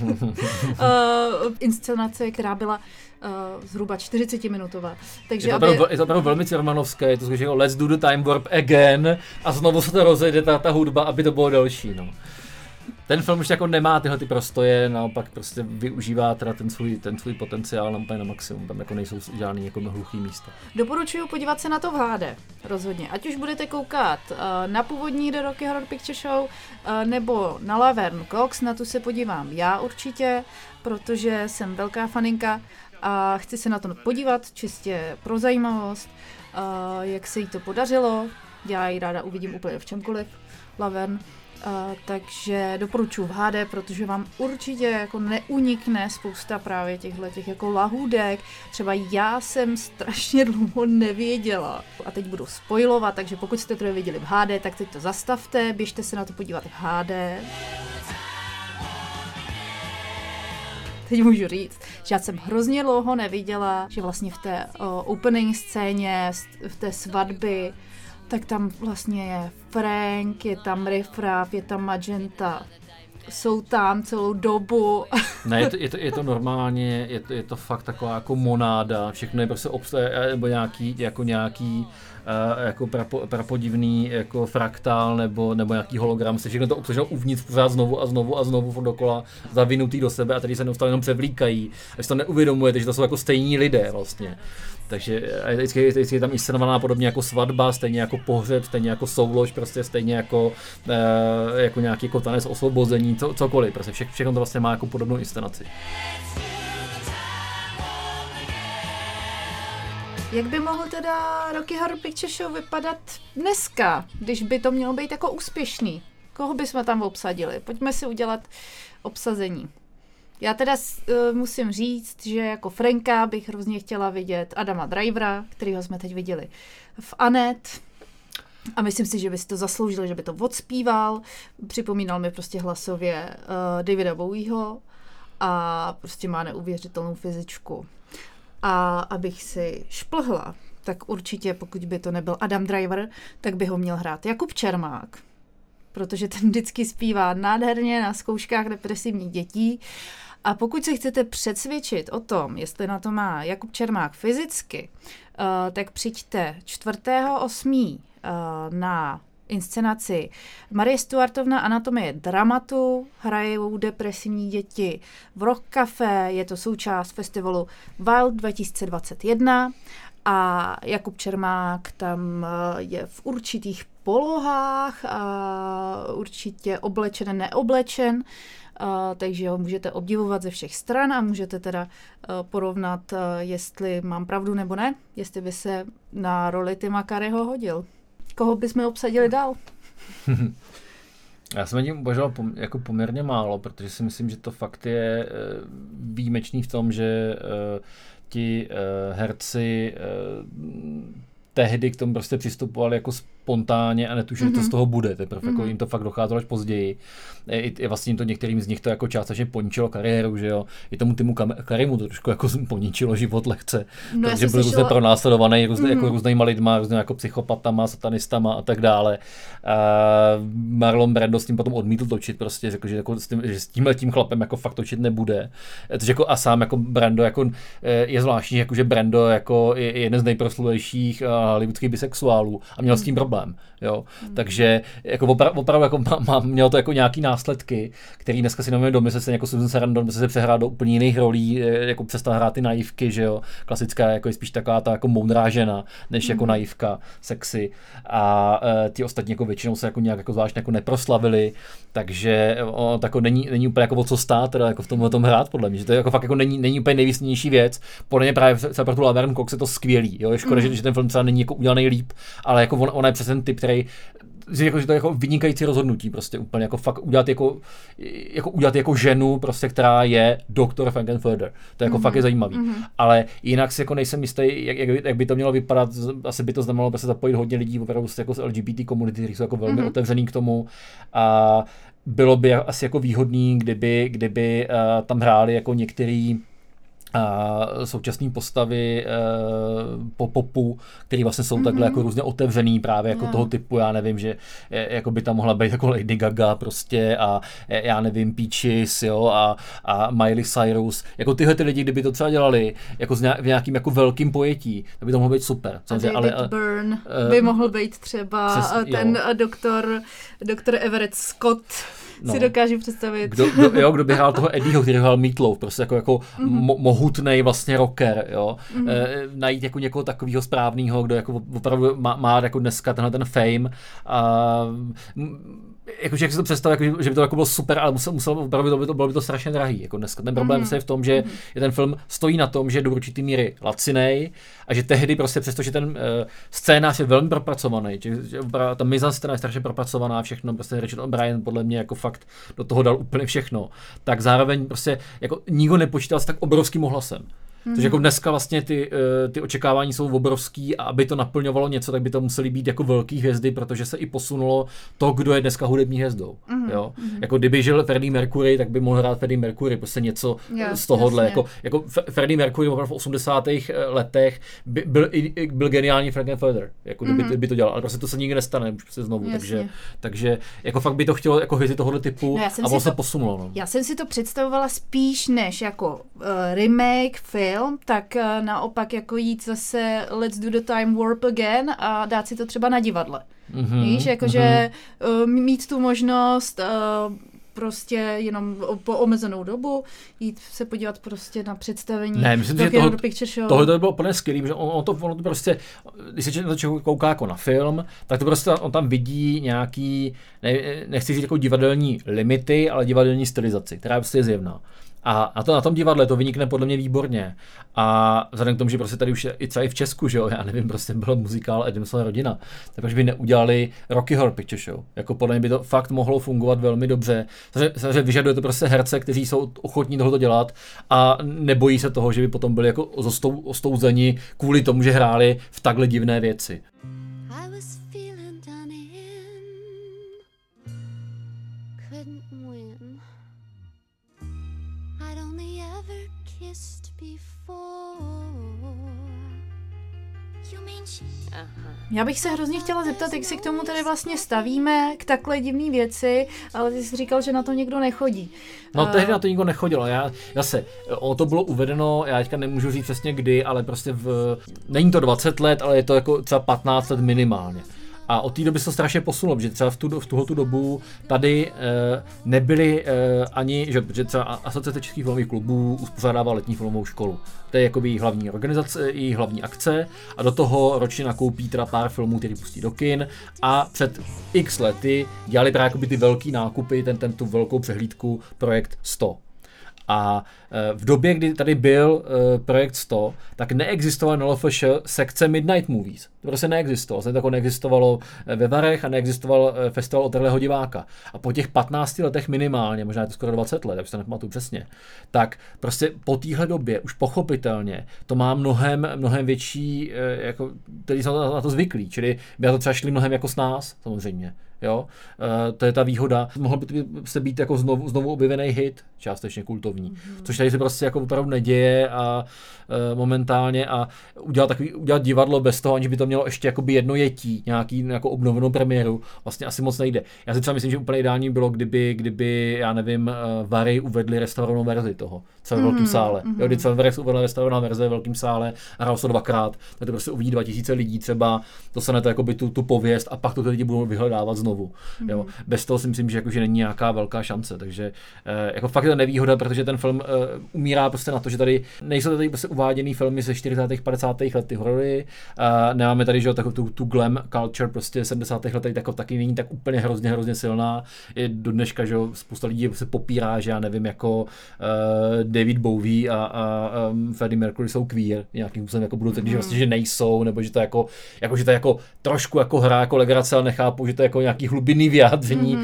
inscenace, která byla zhruba 40-minutová. Takže je to opravdu velmi cermanovské, je to skutečně let's do the time warp again a znovu se to rozjede ta hudba, aby to bylo delší. No. Ten film už jako nemá tyhle ty prostoje, naopak prostě využívá teda ten svůj potenciál na maximum, tam jako nejsou žádný jako hluchý místa. Doporučuji podívat se na to v HD, rozhodně. Ať už budete koukat na původní The Rocky Horror Picture Show nebo na Laverne Cox, na tu se podívám já určitě, protože jsem velká faninka a chci se na to podívat čistě pro zajímavost, jak se jí to podařilo. Já ji ráda uvidím úplně v čemkoliv, Laverne. Takže doporučuji v HD, protože vám určitě jako neunikne spousta právě těchto jako lahůdek. Třeba já jsem strašně dlouho nevěděla. A teď budu spoilovat, takže pokud jste to neviděli v HD, tak teď to zastavte, běžte se na to podívat v HD. Teď můžu říct, že já jsem hrozně dlouho neviděla, že vlastně v té opening scéně, v té svatby, tak tam vlastně je Frank, je tam Riff Raff, je tam Magenta. Jsou tam celou dobu. Ne, je to normálně, je to fakt taková jako monáda, všechno je prostě nebo nějaký jako prapodivný jako fraktál nebo nějaký hologram, se všechno to obsaženo uvnitř pořád znovu dokola, zavinutý do sebe a tady se neustále jenom převlíkají. A si to neuvědomujete, že to jsou jako stejní lidé vlastně. Takže vždycky je tam inscenovaná podobně jako svatba, stejně jako pohřeb, stejně jako soulož, prostě stejně jako nějaký jako tanec osvobození, cokoliv, prostě všechno to vlastně má jako podobnou inscenaci. Jak by mohl teda Rocky Horror Picture Show vypadat dneska, když by to mělo být jako úspěšný? Koho bychom tam obsadili? Pojďme si udělat obsazení. Já teda musím říct, že jako Franka bych hrozně chtěla vidět Adama Drivera, kterýho jsme teď viděli v Annette. A myslím si, že by si to zasloužil, že by to odspíval. Připomínal mi prostě hlasově Davida Bowieho a prostě má neuvěřitelnou fyzičku. A abych si šplhla, tak určitě, pokud by to nebyl Adam Driver, tak by ho měl hrát Jakub Čermák, protože ten vždycky zpívá nádherně na zkouškách depresivních dětí. A pokud se chcete přesvědčit o tom, jestli na to má Jakub Čermák fyzicky, tak přijďte 4.8. Na inscenaci Marie Stuartovna Anatomie dramatu, hrajou depresivní děti v Rock Café, je to součást festivalu Wild 2021 a Jakub Čermák tam je v určitých polohách, určitě oblečen, neoblečen, takže ho můžete obdivovat ze všech stran a můžete teda porovnat, jestli mám pravdu nebo ne, jestli by se na roli Tima Curryho hodil. Koho bychom obsadili dál? Já jsem tím uvažoval jako poměrně málo, protože si myslím, že to fakt je výjimečný v tom, že ti herci tehdy k tomu prostě přistupovali jako spontánně a netušili, že to z toho bude. Teprve jako jim to fakt docházelo až později. I vlastně jim to některým z nich to jako částečně poničilo kariéru, že jo. I tomu Timu Currymu to trošku jako poničilo život lehce. No, protože byl různě pronásledovaný jako různýma lidma, různě jako psychopatama, satanistama a tak dále. Marlon Brando s tím potom odmítl točit, prostě řekl, že, jako že s tímhletím chlapem jako fakt točit nebude. Takže jako a sám jako Brando jako je zvláštní, jako že Brando jako je jeden z nejproslulejších hollywoodských bisexuálů a měl s tím problém, jo. Takže jako opravdu jako mělo to jako nějaký následky, který dneska si nevíme domyslet, se jako Susan Sarandon se přehrál do úplně jiných rolí, jako přestal hrát ty naivky, že jo. Klasická jako je spíš taková ta jako moudrá žena, než jako naivka, sexy. A ti ostatní jako většinou se jako nějak jako zvlášť jako neproslavili, takže tako není úplně jako o co stát, teda jako v tom hrát podle mě, že to je jako fakt jako není úplně nejvýsnější věc. Podle mě právě pro tu Laverne Cox je to skvělý, jo. Je škoda, že ten film třeba není jako udělaný líp, ale jako ona je přesně ten typ, který že to je jako vynikající rozhodnutí, prostě úplně jako fakt udělat jako ženu, prostě, která je doktor Frankenfurter. To je jako fakt je zajímavý. Ale jinak si jako nejsem jistý, jak by to mělo vypadat, asi by to znamenalo prostě zapojit hodně lidí opravdu jako z LGBT komunity, kteří jsou jako velmi otevřený k tomu a bylo by asi jako výhodný, kdyby tam hráli jako některý současné postavy po popu, který vlastně jsou takhle jako různě otevřený právě jako toho typu, já nevím, že jako by tam mohla být jako Lady Gaga prostě a já nevím, Peaches, jo, a Miley Cyrus, jako tyhle ty lidi, kdyby to třeba dělali jako v nějakým jako velkým pojetí, tak by to mohlo být super. A David Byrne by mohl být třeba ten doktor Everett Scott. Si dokážu představit. Kdo by hrál toho Eddieho, který hrál Meatloaf, prostě jako mohutnej vlastně rocker, jo. Najít jako někoho takového správného, kdo jako opravdu má jako dneska ten fame. Jakože jak si to představil, jako, že by to jako bylo super, ale muselo opravdu bylo by to strašně drahý. Jako dneska. Ten problém je v tom, že ten film stojí na tom, že je do určitý míry lacinej a že tehdy prostě přestože ten scénář je velmi propracovaný, že ta mizanscéna je strašně propracovaná, všechno, prostě Richard O'Brien podle mě jako fakt do toho dal úplně všechno, tak zároveň prostě jako nikdo nepočítal s tak obrovským ohlasem. Takže jako dneska vlastně ty očekávání jsou obrovský a aby to naplňovalo něco, tak by to musely být jako velký hvězdy, protože se i posunulo to, kdo je dneska hudební hvězdou. Jo? Jako kdyby žil Freddie Mercury, tak by mohl hrát Freddie Mercury, prostě něco z tohohle. Jako Freddie Mercury v 80. letech byl geniální Frankenfurter, jako kdyby to dělal, ale prostě to se nikdy nestane už se znovu, takže jako fakt by to chtělo jako hvězdy tohohle typu a ono se posunulo. No. Já jsem si to představovala spíš než jako remake, film, tak naopak jako jít zase Let's do the time warp again a dát si to třeba na divadle. Víš, jakože mít tu možnost prostě jenom po omezenou dobu jít se podívat prostě na představení. Ne, myslím, že tohle to bylo úplně skvělý, protože ono to prostě, když se na to kouká jako na film, tak to prostě on tam vidí nějaký, nechci říct jako divadelní limity, ale divadelní stylizaci, která prostě je zjevná. A na tom divadle to vynikne podle mě výborně. A vzhledem k tomu, že prostě tady už je i třeba i v Česku, že jo, já nevím, prostě byl muzikál Addamsova rodina, tak už by neudělali Rocky Horror Picture Show. Jako podle mě by to fakt mohlo fungovat velmi dobře. Takže vyžaduje to prostě herce, kteří jsou ochotní tohoto dělat a nebojí se toho, že by potom byli jako ostouzeni kvůli tomu, že hráli v takhle divné věci. Já bych se hrozně chtěla zeptat, jak si k tomu tady vlastně stavíme, k takhle divný věci, ale ty jsi říkal, že na to nikdo nechodí. No tehdy na to nikdo nechodil. To bylo uvedeno, já teďka nemůžu říct přesně kdy, ale prostě není to 20 let, ale je to jako třeba 15 let minimálně. A od té doby se to strašně posunulo, protože třeba v tuhletu dobu tady nebyly ani, že třeba Asociace českých filmových klubů uspořádává letní filmovou školu. To je jakoby její hlavní organizace, její hlavní akce a do toho ročně nakoupí teda pár filmů, který pustí do kin a před x lety dělali právě jakoby ty velký nákupy, tu velkou přehlídku Projekt 100. A v době, kdy tady byl Projekt 100, tak neexistovala na LFŠ sekce Midnight Movies. To prostě neexistovalo. Vlastně to neexistovalo ve Varech a neexistoval festival otrlého diváka. A po těch 15 letech minimálně, možná je to skoro 20 let, jak se nepamatuju přesně, tak prostě po téhle době už pochopitelně to má mnohem větší, jako, který jsou na to zvyklí, čili by to třeba šli mnohem jako s nás, samozřejmě. Jo? To je ta výhoda. Mohl by se být jako znovu objevený hit, částečně kultovní. Což tady se prostě jako opravdu neděje a momentálně a udělat divadlo bez toho, aniž by to mělo ještě jakoby jedno jetí, nějaký jako obnovenou premiéru, vlastně asi moc nejde. Já si třeba myslím, že úplně ideální bylo, kdyby já nevím, Vary uvedli restaurovanou verzi toho, třeba v velkém sále. Jo, kdy třeba Varys uvedla restaurovanou verzi ve velkém sále a hrál se 2krát, tak to prostě uvidí 2000 lidí třeba, dostane to jakoby tu pověst a pak to ty lidi budou vyhledávat znovu. Jo. Bez toho si myslím, že není nějaká velká šance, takže jako fakt je to nevýhoda, protože ten film umírá prostě na to, že tady nejsou tady prostě uváděný filmy ze 40. 50. let ty horory, nemáme tady, že takovou tu glam culture prostě 70. let tady taky není tak úplně hrozně silná. I do dneška, že spousta lidí se popírá, že já nevím, jako David Bowie a Freddie Mercury jsou queer, nějakým způsobem jako budou tvrdit, že vlastně, že nejsou, nebo že to že to jako trošku jako hra jako legrace, ale nechápu, že to je jako nějaký hlubinný vyjádření.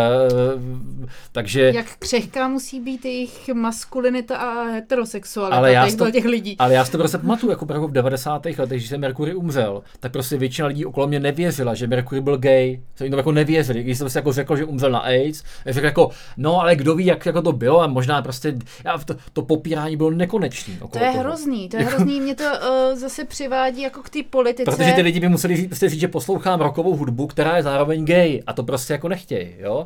Takže jak křehká musí být jejich maskulinita a heterosexualita těch lidí. Ale já si to prostě pamatuju, jako v 90. letech, když se Mercury umřel, tak prostě většina lidí okolo mě nevěřila, že Mercury byl gay. Se jim to jako nevěřili. Když jsem prostě jako řekl, že umřel na AIDS, řekl jako, no ale kdo ví, jak jako to bylo a možná prostě to popírání bylo nekonečný. To je hrozný, mě to zase přivádí jako k té politice. Protože ty lidi by museli říct, že poslouchám rockovou hudbu, která je zároveň gay a to prostě jako nechtějí, jo.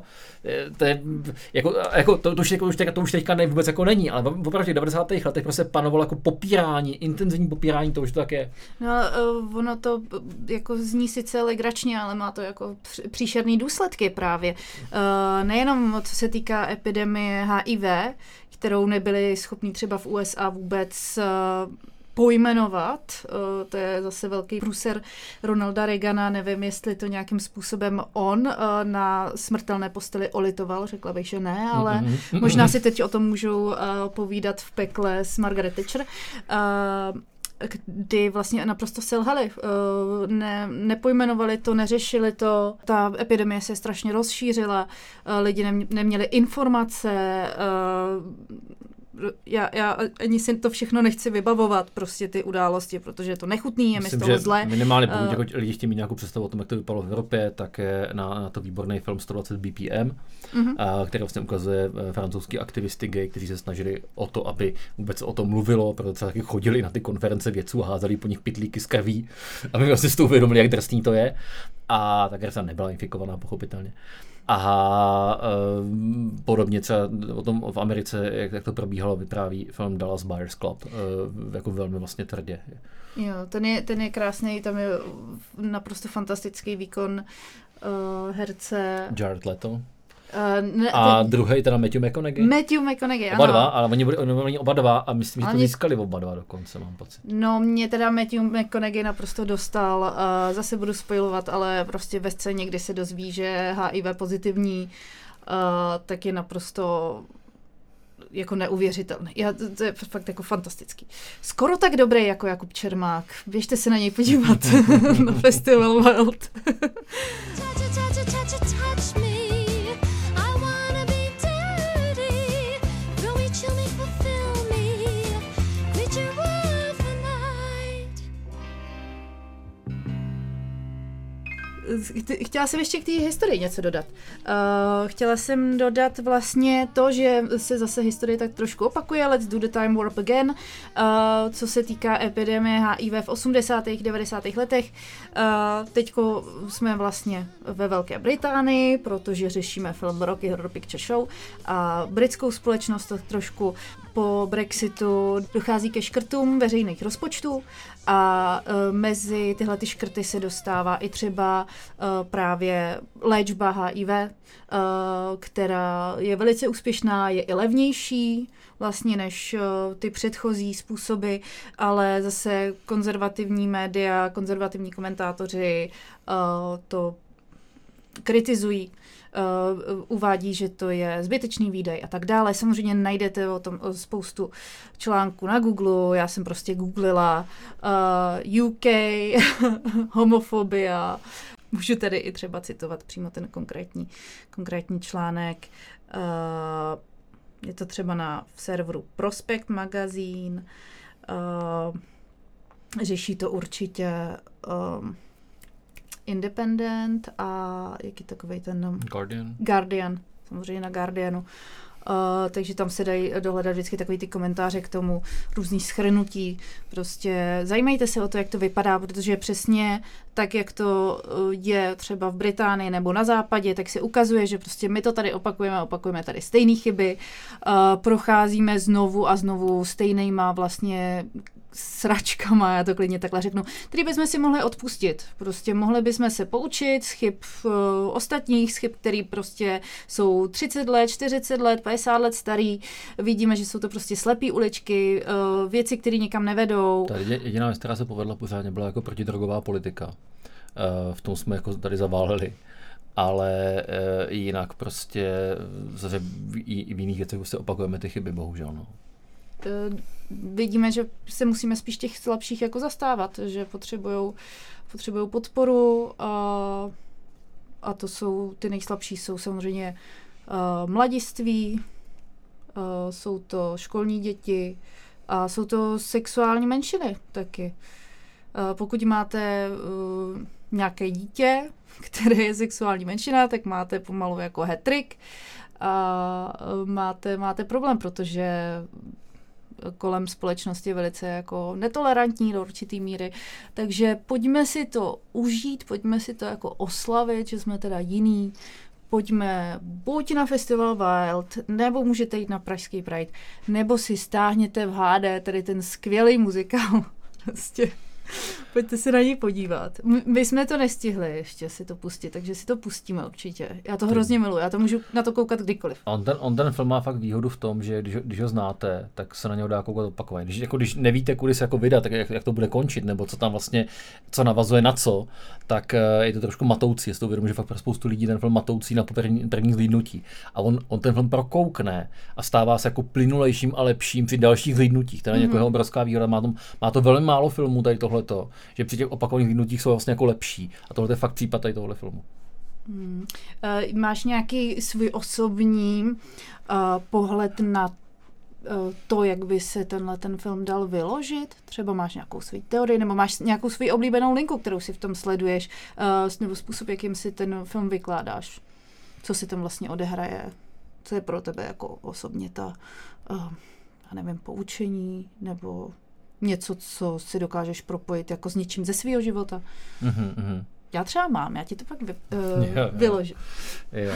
To už teďka vůbec jako není, ale opravdu v těch 90. letech prostě panovalo jako intenzivní popírání toho, že to tak je. No, ono to jako zní sice legračně, ale má to jako příšerný důsledky právě. Nejenom co se týká epidemie HIV, kterou nebyli schopni třeba v USA vůbec pojmenovat, to je zase velký průser Ronalda Reagana, nevím, jestli to nějakým způsobem on na smrtelné posteli olitoval, řekla bych, že ne, ale možná si teď o tom můžou povídat v pekle s Margaret Thatcher, kdy vlastně naprosto selhali, nepojmenovali to, neřešili to, ta epidemie se strašně rozšířila, lidi neměli informace, já ani si to všechno nechci vybavovat, prostě ty události, protože je to nechutný, je mi z toho zle. Minimálně pokud jako lidi chtějí mít nějakou představu o tom, jak to vypadalo v Evropě, tak je na to výborný film 120 BPM, který vlastně ukazuje francouzský aktivisty gay, kteří se snažili o to, aby vůbec o tom mluvilo, protože třeba taky chodili na ty konference vědců a házeli po nich pytlíky z krví, aby vlastně si to uvědomili, jak drsný to je. A ta krv nebyla infikovaná, pochopitelně. A podobně třeba o tom v Americe, jak to probíhalo, vypráví film Dallas Buyers Club, jako velmi vlastně tvrdě. Jo, ten je krásný, tam je naprosto fantastický výkon herce. Jared Leto. A druhý teda Matthew McConaughey. Oba dva, ale oni oba dva a myslím, že to získali oba dva dokonce, mám pocit. No, mě teda Matthew McConaughey naprosto dostal, zase budu spoilovat, ale prostě ve scéně, kdy se dozví, že HIV pozitivní, tak je naprosto jako neuvěřitelný. To je fakt jako fantastický. Skoro tak dobrý jako Jakub Čermák. Běžte se na něj podívat na Festival Wild. Chtěla jsem ještě k té historii něco dodat. Chtěla jsem dodat vlastně to, že se zase historie tak trošku opakuje, let's do the time warp again, co se týká epidemie HIV v 80. 90. letech. Teďko jsme vlastně ve Velké Británii, protože řešíme film Rocky Horror Picture Show a britskou společnost tak trošku po Brexitu dochází ke škrtům veřejných rozpočtů a mezi tyhle ty škrty se dostává i třeba právě léčba HIV, která je velice úspěšná, je i levnější vlastně než ty předchozí způsoby, ale zase konzervativní média, konzervativní komentátoři to kritizují, uvádí, že to je zbytečný výdaj a tak dále. Samozřejmě najdete o tom spoustu článků na Google, já jsem prostě googlila UK, homofobia. Můžu tady i třeba citovat přímo ten konkrétní článek. Je to třeba v serveru Prospect Magazine. Řeší to určitě Independent a jaký takovej ten... Guardian, samozřejmě na Guardianu. Takže tam se dají dohledat vždycky takový ty komentáře k tomu, různý shrnutí. Prostě zajímejte se o to, jak to vypadá, protože přesně tak, jak to je třeba v Británii nebo na západě, tak se ukazuje, že prostě my to tady opakujeme tady stejné chyby, procházíme znovu a znovu stejnýma vlastně sračkama, já to klidně takhle řeknu, který bychom si mohli odpustit. Prostě mohli bychom se poučit z chyb ostatních, z chyb, který prostě jsou 30 let, 40 let, 50 let starý. Vidíme, že jsou to prostě slepý uličky, věci, které nikam nevedou. Tady jediná věc, která se povedla pořádně, byla jako protidrogová politika. V tom jsme jako tady zaváleli. Ale jinak prostě zase i v jiných věcech se opakujeme ty chyby, bohužel. No. Vidíme, že se musíme spíš těch slabších jako zastávat, že potřebujou podporu a to jsou ty nejslabší, jsou samozřejmě mladiství, jsou to školní děti a jsou to sexuální menšiny taky. Pokud máte nějaké dítě, které je sexuální menšina, tak máte pomalu jako hat-trick a máte problém, protože kolem společnosti je velice jako netolerantní do určitý míry. Takže pojďme si to užít, pojďme si to jako oslavit, že jsme teda jiný. Pojďme buď na Festival Wild, nebo můžete jít na pražský Pride, nebo si stáhněte v HD, tady ten skvělý muzikál. Prostě pojďte se na něj podívat. My jsme to nestihli ještě si to pustit, takže si to pustíme určitě. Já to hrozně miluji, já to můžu na to koukat kdykoliv. On ten film má fakt výhodu v tom, že když ho znáte, tak se na něho dá koukat opakovaně. Když nevíte, kudy se jako vydat, tak jak to bude končit, nebo co tam vlastně, co navazuje na co, tak je to trošku matoucí. Je to uvědomím, že fakt pro spoustu lidí ten film matoucí na první zhlídnutí. A on ten film prokoukne a stává se jako plynulejším a lepším při dalších zhlídnutích. To je jako obrovská výhoda. Má to velmi málo filmů tady tohleto, že při těch opakovaných zhlídnutích jsou vlastně jako lepší. A tohle je fakt případ tady tohle filmu. Máš nějaký svůj osobní pohled na to, jak by se ten film dal vyložit? Třeba máš nějakou svou teorii, nebo máš nějakou svou oblíbenou linku, kterou si v tom sleduješ, nebo způsob, jakým si ten film vykládáš? Co si tam vlastně odehraje? Co je pro tebe jako osobně ta, já nevím, poučení, nebo něco, co si dokážeš propojit jako s něčím ze svého života? Já třeba mám, já ti to pak vyložím. Jo.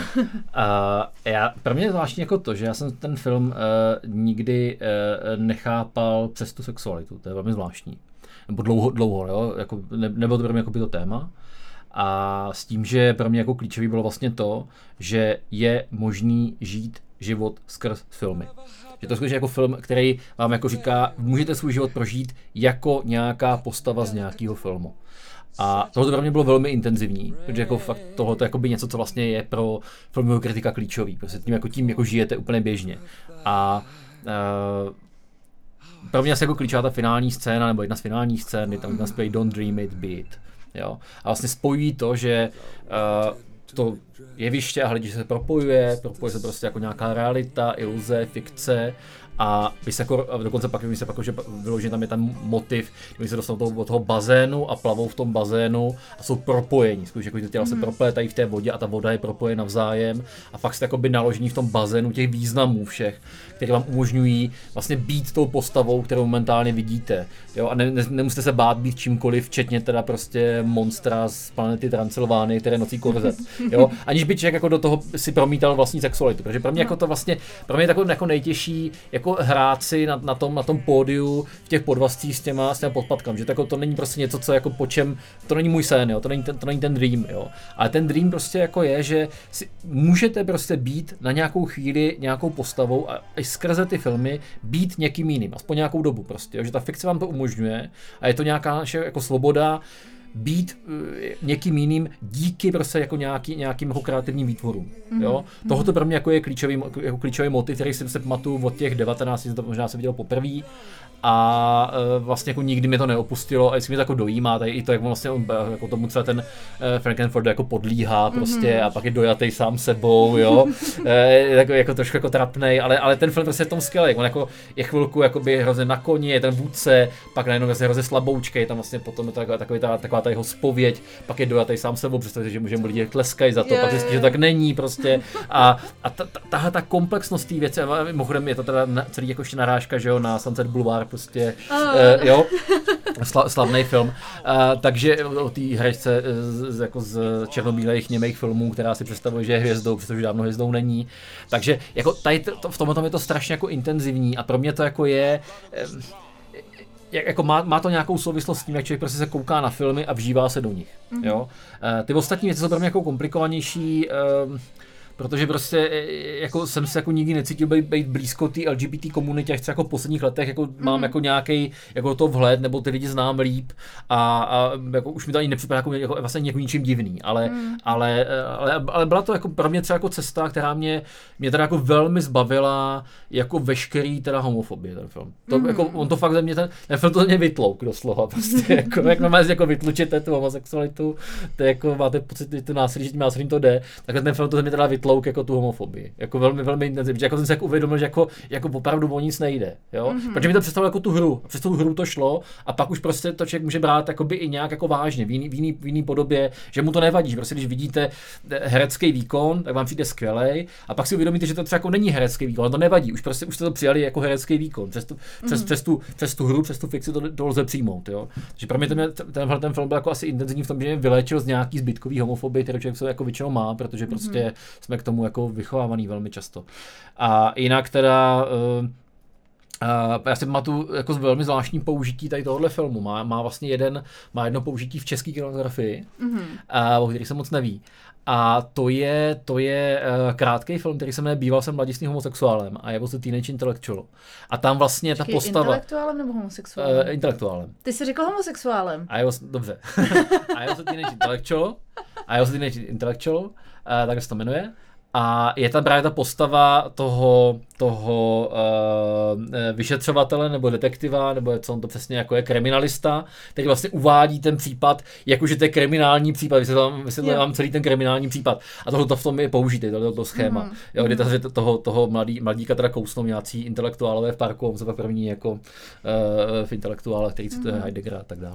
Pro mě je zvláštní jako to, že já jsem ten film nikdy nechápal přes tu sexualitu, to je velmi zvláštní. Nebo dlouho, jo? Jako, nebylo to pro mě jako by to téma. A s tím, že pro mě jako klíčový bylo vlastně to, že je možný žít život skrz filmy. Že to je skutečně jako film, který vám jako říká, můžete svůj život prožít jako nějaká postava z nějakého filmu. A tohle pro mě bylo velmi intenzivní, protože jako fakt tohle je jako by něco, co vlastně je pro filmového kritika klíčový. Prostě tím jako žijete úplně běžně. A pro mě asi jako klíčová ta finální scéna, nebo jedna z finálních scén, tam zpěvají Don't Dream It, Be It. Jo? A vlastně spojí to, že to jeviště a hlediště se propojuje se prostě jako nějaká realita, iluze, fikce a dokonce pak že vyloženě tam je ten motiv, kdy se dostanou do toho bazénu a plavou v tom bazénu a jsou propojení, skutečně jako ty těla se proplétají v té vodě a ta voda je propojena navzájem a fakt jste jakoby naložení v tom bazénu těch významů všech, které vám umožňují vlastně být tou postavou, kterou momentálně vidíte. Jo? A nemusíte se bát být čímkoliv, včetně teda prostě monstra z planety Transylvánie, které nosí korzet. Jo? Aniž by člověk jako do toho si promítal vlastní sexualitu, protože pro mě jako to vlastně, pro mě je takový jako nejtěžší jako hrát si na tom pódiu v těch podvazcích s těma podpatkami, že to není prostě něco, co jako po čem, to není můj sen, jo? To není ten dream, jo? Ale ten dream prostě jako je, že si můžete prostě být na nějakou chvíli nějakou postavou a i skrze ty filmy být někým jiným, aspoň nějakou dobu prostě, jo? Že ta fikce vám to umožňuje a je to nějaká naše jako svoboda být někým jiným díky prostě jako nějakým jako kreativním výtvorům. Jo? Tohoto pro mě jako je klíčový motiv, který si pamatuju od těch 19, to možná jsem viděl poprvé a vlastně jako nikdy mě to neopustilo a vždycky mě to jako dojímá, tady i to, jak vlastně jako tomu třeba ten Frankenfurter jako podlíhá prostě a pak je dojatý sám sebou, jo. jako trošku jako trapnej, ale ten film prostě je v tom skvělý, on jako je chvilku jakoby hrozně na koni, je ten vůdce, pak najednou vlastně hrozně slaboučkej, je tam vlastně potom je taková ta jeho zpověď, pak je dojatý sám sebou, představte, že mu lidi tleskají za to, pak zjistí, že tak není prostě a ta komplexnost té věci, a mimochodem je to teda celý jako ještě narážka, že jo, na Sunset Boulevard prostě, jo, slavný film, takže o té herečce jako z černobílejch němých filmů, která si představuje, že je hvězdou, přestože dávno hvězdou není, takže jako tady v tomhle je to strašně jako intenzivní a pro mě to jako je, jako má to nějakou souvislost s tím, jak člověk prostě se kouká na filmy a vžívá se do nich, jo. Ty ostatní věci jsou pro mě jako komplikovanější, protože prostě jako jsem se jako nikdy necítil být blízko té LGBT komunitě, chci jako v posledních letech jako mám jako nějaký jako to vhled, nebo ty lidi znám líp a jako už mi to ani nepřipadá jako vlastně jako ničím divný, ale byla to jako pro mě třeba jako cesta, která mě teda jako velmi zbavila jako veškerý teda homofobie ten film. To jako on to fakt ze mě ten film to mě vytlouk doslova prostě jako jak normálně jako vytlučíte tu homosexualitu, to jako máte pocit, že to násilí, že tím násilím to jde, tak ten film to ze mě teda vytlouk jako tu homofobii. Jako velmi, velmi intenzivně. Jako jsem se jako uvědomil, že jako opravdu o nic nejde. Jo? Protože mi to představilo jako tu hru. Přes tu hru to šlo a pak už prostě to člověk může brát jakoby i nějak jako vážně, v jiný podobě, že mu to nevadí. Že prostě když vidíte herecký výkon, tak vám přijde skvělej a pak si uvědomíte, že to třeba jako není herecký výkon, to nevadí. Už jste to přijali jako herecký výkon. Přes tu hru, přes tu fikci to lze přijmout. Jo? Takže pro mě ten film byl jako asi intenzivní v tom, že mě vylečil z nějaký zbytkový homofobie, kterou člověk jako většinou má, protože prostě jsme k tomu jako vychovávaný velmi často. A jinak teda já si pamatuju jako velmi zvláštní použití tady tohohle filmu. Má vlastně jedno použití v české kinematografii, o kterých se moc neví. A to je krátký film, který se jmenuje Býval jsem mladistým homosexuálem a je vlastně Teenage Intellectual. A tam vlastně ta postava... Intelektuálem nebo homosexuálem? Intelektuálem. Ty jsi řekl homosexuálem. Dobře. A je vlastně Teenage Intellectual. Tak se to jmenuje. A je tam právě ta postava toho vyšetřovatele nebo detektiva, nebo co on to přesně jako je, kriminalista, který vlastně uvádí ten případ, jakože to je kriminální případ, vysvětluje vám celý ten kriminální případ. A tohle v tom je použité, to schéma. Jo, kdy toho mladíka teda kousnou nějací intelektuálové v parku, on se pak první jako v intelektuálech, který cituje Heideggera a tak dále.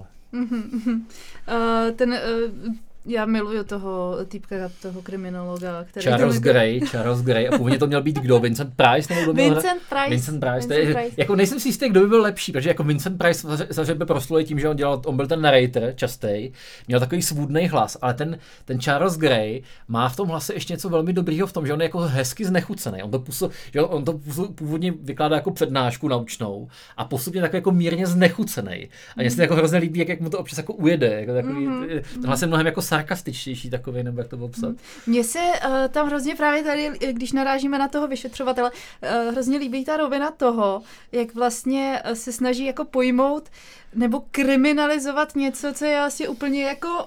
Já miluju toho týpka, toho kriminologa, který... Charles Gray. A původně to měl být kdo? Vincent Price? Nebo Vincent Price. Jako nejsem si jistý, kdo by byl lepší, protože jako Vincent Price zařebe proslulý tím, že on byl ten narrator častej, měl takový svůdnej hlas, ale ten Charles Gray má v tom hlase ještě něco velmi dobrýho v tom, že on je jako hezky znechucený. On to původně vykládá jako přednášku naučnou a postupně tak jako mírně znechucený. A mně se jako hrozně líbí, jak mu to občas jako ujede. Jako takový, ten hlas je mnohem jako sarkastičtější takový, nebo jak to popsat. Mně se tam hrozně právě tady, když narážíme na toho vyšetřovatele, hrozně líbí ta rovina toho, jak vlastně se snaží jako pojmout nebo kriminalizovat něco, co je asi úplně jako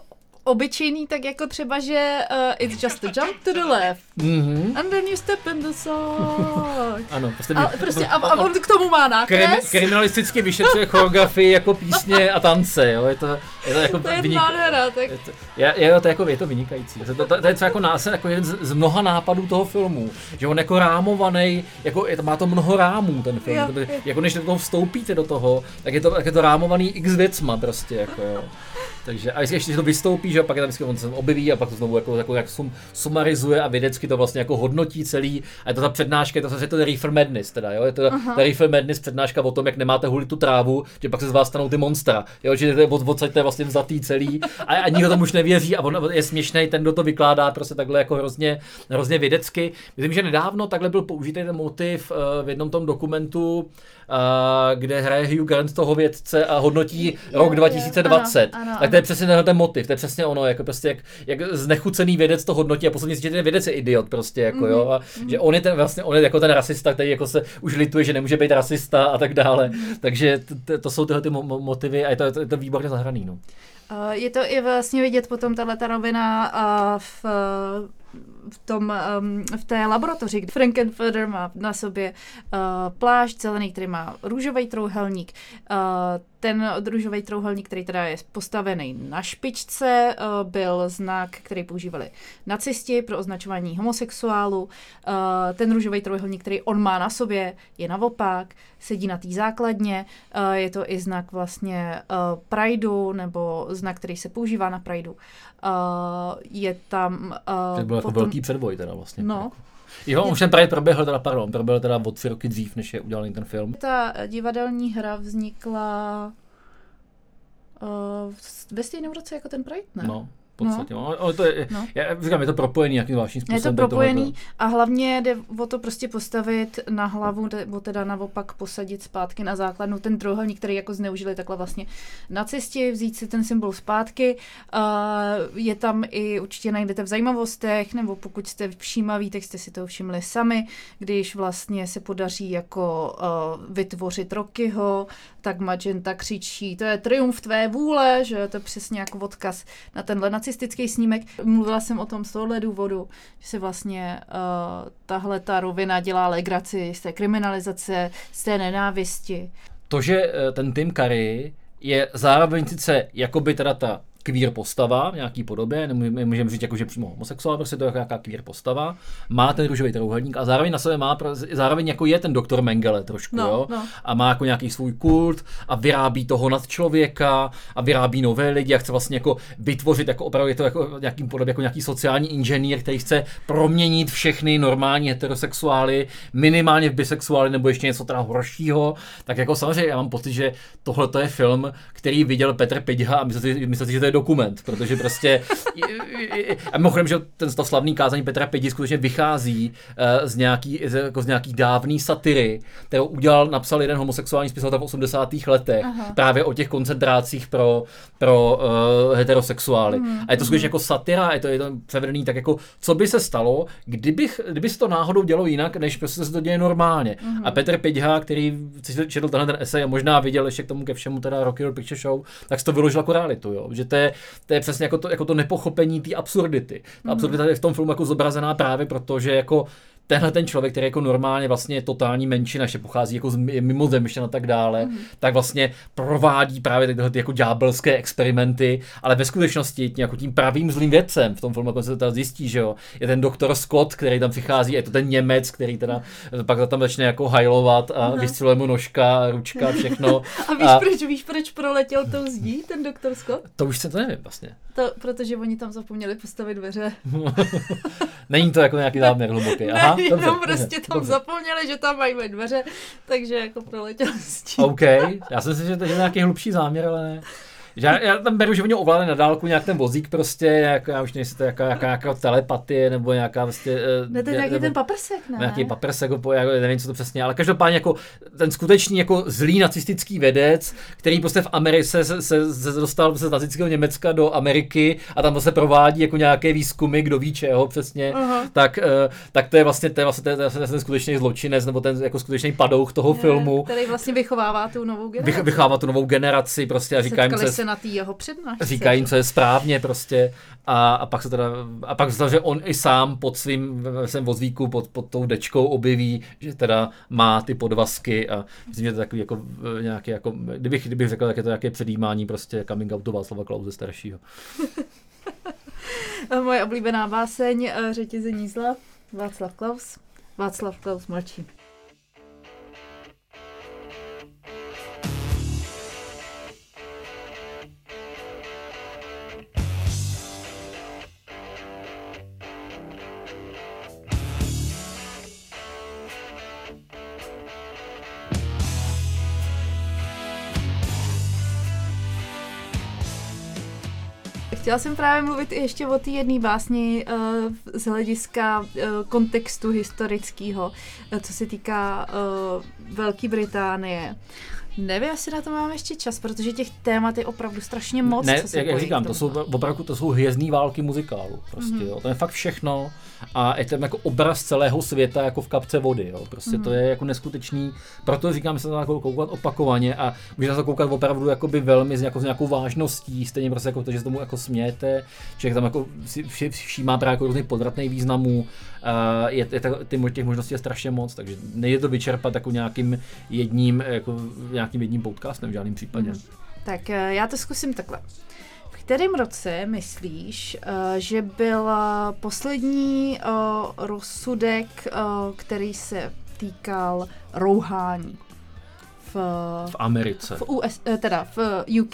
obyčejný, tak jako třeba, že it's just a jump to the left. And then you step in the song. Ano, a on k tomu má nákres. Kriminalisticky vyšetřuje choreografii jako písně a tance, jo, je to jako to je nádhera, tak... je to vynikající. To je jako násled, jako jeden z mnoha nápadů toho filmu, že on jako rámovaný, jako má to mnoho rámů ten film, jako než do toho vstoupíte do toho, tak je to rámovaný x věcma prostě, jako jo. Takže a ještě to vystoupí, že pak je tam on se objeví a pak to znovu jako sumarizuje a vědecky to vlastně jako hodnotí celý. A je to ta přednáška, je to Reefer Madness teda, jo? Je to ta Reefer Madness přednáška o tom, jak nemáte hulit tu trávu, že pak se z vás stanou ty monstra, jo? Že to je odsaď to je vlastně vzatý celý a nikdo tomu už nevěří a on je směšnej, ten, kdo to vykládá prostě takhle jako hrozně vědecky. Myslím, že nedávno takhle byl použitý ten motiv v jednom tom dokumentu, kde hraje Hugh Grant toho vědce a hodnotí rok 2020. Ano. Tak to je přesně ten motiv, to je přesně ono, jako prostě jak znechucený vědec to hodnotí a posledně si, že ten vědec je idiot prostě, jako jo, a že on je jako ten rasista, který jako se už lituje, že nemůže být rasista a tak dále. Takže to jsou tyhle ty motivy a je to výborně zahraný, no. Je to i vlastně vidět potom tato rovina v té laboratoři, kde Frankenfurter má na sobě plášť zelený, který má růžový trojúhelník. Ten růžový trojúhelník, který teda je postavený na špičce, byl znak, který používali nacisti pro označování homosexuálů. Ten růžový trojúhelník, který on má na sobě, je naopak, sedí na té základně. Je to i znak vlastně Prideu, nebo znak, který se používá na Prideu. Je tam... to byl jako velký předvoj teda vlastně. No. Jako. Jo, už ten Pride proběhl teda o 3 roky dřív, než je udělaný ten film. Ta divadelní hra vznikla ve stejném roce jako ten Pride, ne? No. V podstatě. No. Já říkám, je to propojený nějakým zvláštním způsobem. Je to propojený a hlavně jde o to prostě postavit na hlavu, nebo teda naopak posadit zpátky na základnu ten trojúhelník, který jako zneužili takhle vlastně nacisti, vzít si ten symbol zpátky. Je tam i, určitě najdete v zajímavostech, nebo pokud jste všímaví, tak jste si to všimli sami, když vlastně se podaří jako vytvořit Rockyho, tak Magenta křičí, to je triumf tvé vůle, že to je přesně jako odkaz na tenhle nacistický snímek. Mluvila jsem o tom z tohohle důvodu, že se vlastně tahle ta rovina dělá legraci z té kriminalizace, z té nenávisti. To, že ten Tim Curry je zároveň sice jakoby teda ta queer postava v nějaký podobě, nemůžeme říct jako, že přímo homosexuál, prostě to je nějaká queer postava, má ten růžový trojúhelník a zároveň na sobě má, zároveň jako je ten doktor Mengele trošku, jo? A má jako nějaký svůj kult a vyrábí toho nadčlověka a vyrábí nové lidi a chce vlastně jako vytvořit, jako opravdu je to jako nějakým podobě jako nějaký sociální inženýr, který chce proměnit všechny normální heterosexuály, minimálně v bisexuály nebo ještě něco teda horšího, tak jako samozřejmě já mám pocit, že tohle je film, který viděl Petr Pidha a myslel si, že to je dokument, protože prostě a mimochodem, že ten slavný kázání Petra Pidi skutečně vychází z nějaký dávný satiry, kterou napsal jeden homosexuální spisovatel v 80. letech, právě o těch koncentrácích pro heterosexuály. A je to skutečně jako satira, je to převedený tak jako, co by se stalo, kdyby se to náhodou dělo jinak, než prostě se to děje normálně. A Petr Pidha, který četl tenhle ten esej a možná viděl ještě k tomu ke všemu teda Rocky Horror Picture Show, tak se to vyložil jako realitu, jo, že to je přesně jako to nepochopení té absurdity. Ta absurdita je v tom filmu jako zobrazená právě proto, že jako tenhle ten člověk, který jako normálně vlastně je totální menšina, že pochází jako z mimozemšťan a tak dále, tak vlastně provádí právě tyhle jako ďábelské experimenty, ale ve skutečnosti jako tím pravým zlým vědcem v tom filmu jako se to zjistí, že jo, je ten doktor Scott, který tam přichází, je to ten Němec, který teda pak tam začne jako hajlovat a vystřeluje mu nožka, ručka, všechno. A víš proč proletěl tou zdí ten doktor Scott? To už se to nevím vlastně. Protože oni tam zapomněli postavit dveře. Není to jako nějaký záměr hluboký. Aha, jenom prostě tam zapomněli, že tam mají dveře, takže jako proletěl s tím. OK, já jsem si, že to je nějaký hlubší záměr, ale ne. Já tam beru, že oni ovládli na dálku nějak ten vozík prostě, jako, já už nevím, jestli to je jaká telepatie, nebo nějaká prostě... Ne, to je nějaký ten paprsek, ne? Nějaký paprsek, já nevím, co to přesně, ale každopádně jako ten skutečný jako zlý nacistický vědec, který prostě v Americe se dostal z nacistického Německa do Ameriky a tam se provádí jako nějaké výzkumy, kdo ví čeho přesně, tak to je vlastně ten skutečný zločinec, nebo ten jako skutečný padouch toho filmu. Který vlastně vychovává tu novou generaci. Vychovává tu novou generaci prostě a říká jim se na té jeho přednášce. Říká jim, co je správně prostě a pak se že on i sám pod svým vozíku, pod tou dečkou objeví, že teda má ty podvazky a myslím, že to je takový jako nějaký, jako, kdybych řekl, tak je to nějaké předjímání prostě coming outu Václava Klause staršího. Moje oblíbená báseň Řetězení zla, Václav Klaus mladší. Chtěla jsem právě mluvit ještě o té jedné básni z hlediska kontextu historického, co se týká Velké Británie. Nevím, jestli na to máme ještě čas, protože těch témat je opravdu strašně moc. Ne, jak říkám, to jsou hvězdný války muzikálu. Prostě, jo. To je fakt všechno a je tam jako obraz celého světa jako v kapce vody. Jo. Prostě to je jako neskutečný. Proto říkám, že se na to koukat opakovaně a můžete se to koukat opravdu jakoby velmi s nějakou vážností, stejně prostě jako to, že se tomu jako smějete, člověk tam jako si všímá právě jako různých podvratných významů. Těch možností je strašně moc, takže nejde to vyčerpat jako nějakým jedním podcastem v žádném případě. Tak já to zkusím takhle. V kterém roce myslíš, že byl poslední rozsudek, který se týkal rouhání v Americe? V UK.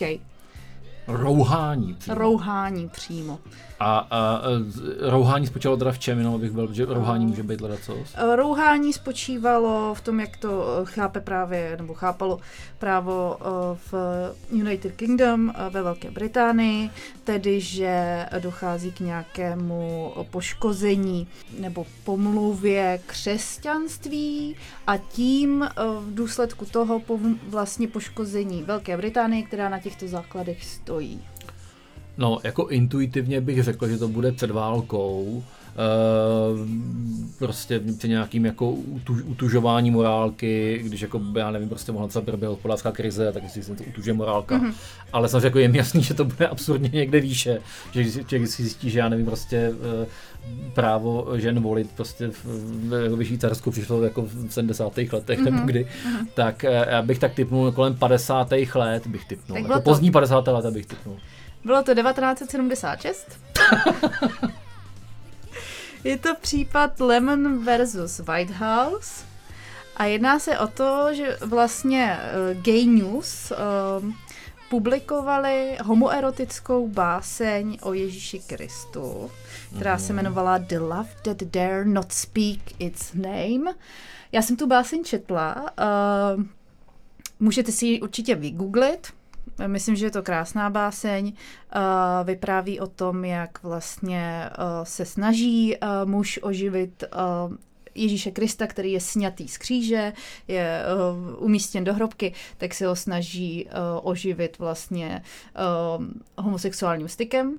Rouhání přímo. A rouhání spočívalo teda v čem, jenom abych byl, že rouhání může být ledacos? Rouhání spočívalo v tom, jak to chápalo právo v United Kingdom ve Velké Británii, tedy že dochází k nějakému poškození nebo pomluvě křesťanství a tím v důsledku toho vlastně poškození Velké Británie, která na těchto základech stojí. No, jako intuitivně bych řekl, že to bude před válkou, prostě při nějakým jako utužování morálky, když jako, já nevím, prostě mohla třeba proběhla hospodářská krize, tak si to utužuje morálka. Ale samozřejmě jako je mi jasný, že to bude absurdně někde výše, že člověk si zjistí, že já nevím, prostě právo žen volit prostě ve Švýcarsku přišlo jako v 70. letech nebo kdy, tak já bych tak tipnul kolem 50. let bych tipnul, jako pozdní 50. let bych tipnul. Bylo to 1976. Je to případ Lemon versus Whitehouse a jedná se o to, že vlastně Gay News publikovali homoerotickou báseň o Ježíši Kristu, která se jmenovala The Love That Dare Not Speak Its Name. Já jsem tu báseň četla, můžete si ji určitě vygooglit. Myslím, že je to krásná báseň. Vypráví o tom, jak vlastně se snaží muž oživit Ježíše Krista, který je sňatý z kříže, je umístěn do hrobky, tak se ho snaží oživit vlastně homosexuálním stykem.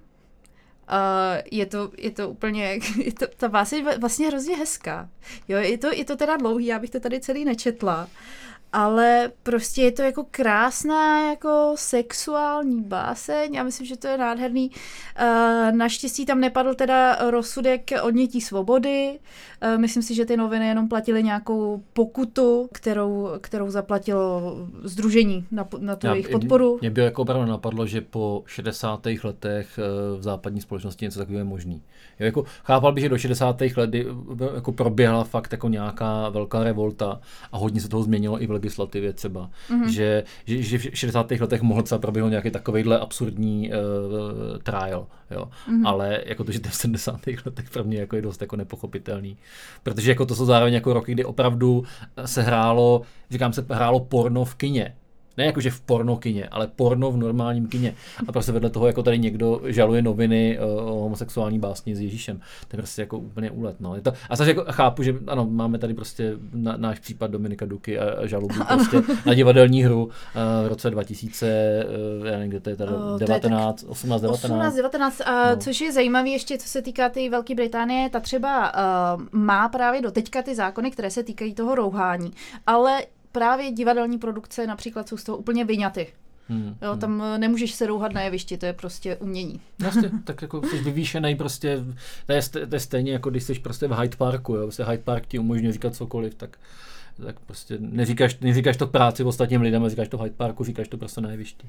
Je to úplně, ta báseň vlastně hrozně hezká. Jo, je to teda dlouhý, já bych to tady celý nečetla. Ale prostě je to jako krásná jako sexuální báseň. Já myslím, že to je nádherný. Naštěstí tam nepadl teda rozsudek odnětí svobody. Myslím si, že ty noviny jenom platily nějakou pokutu, kterou zaplatilo sdružení na tu jejich podporu. Mě by jako opravdu napadlo, že po 60. letech v západní společnosti něco takového je možný. Jo, jako chápal bych, že do 60. let jako proběhla fakt jako nějaká velká revolta a hodně se toho změnilo i v legislativě třeba. Že v 60. letech mohl třeba proběhnout nějaký takovejhle absurdní trial. Jo. Ale jako to, že to v 70. letech pro mě jako je dost jako nepochopitelný. Protože jako to jsou zároveň jako roky, kdy opravdu se hrálo porno v kině. Ne jakože v pornokině, ale porno v normálním kině. A prostě vedle toho jako tady někdo žaluje noviny o homosexuální básni s Ježíšem. To je prostě jako úplně úlet. No. A takže jako chápu, že ano, máme tady prostě náš případ Dominika Duky a žalobu prostě na divadelní hru v roce 2000, já nevím, kde to je tady, 18-19. Což je zajímavé ještě, co se týká té Velké Británie, ta třeba má právě do teďka ty zákony, které se týkají toho rouhání. Ale právě divadelní produkce například jsou z toho úplně vyňaty. Jo, tam nemůžeš se rouhat na jevišti, to je prostě umění. Vlastně, tak jako jsi vyvýšenej prostě, to je stejně jako když jsi prostě v Hyde Parku, jo, prostě Hyde Park ti umožňuje říkat cokoliv, tak prostě neříkáš to práci ostatním lidem, ale říkáš to v Hyde Parku, říkáš to prostě na jevišti.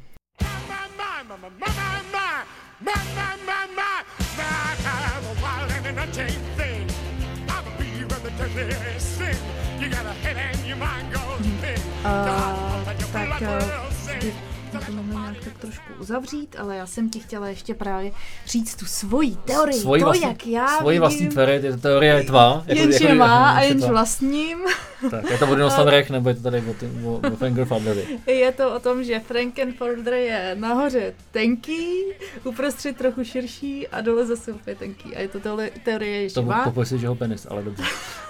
To mohli nějak tak trošku uzavřít, ale já jsem ti chtěla ještě právě říct tu svoji teorii, jak já svoji vlastní teorie je tvá. Jenž je má a jenž vlastním. Tak, je to o dinosaurech, nebo je to tady o Frankenfurterovi? Je to o tom, že Frankenfurter je nahoře tenký, uprostřed trochu širší a dole zase úplně tenký. A je to teorie živá. To pověsi, že ho penis, ale dobře.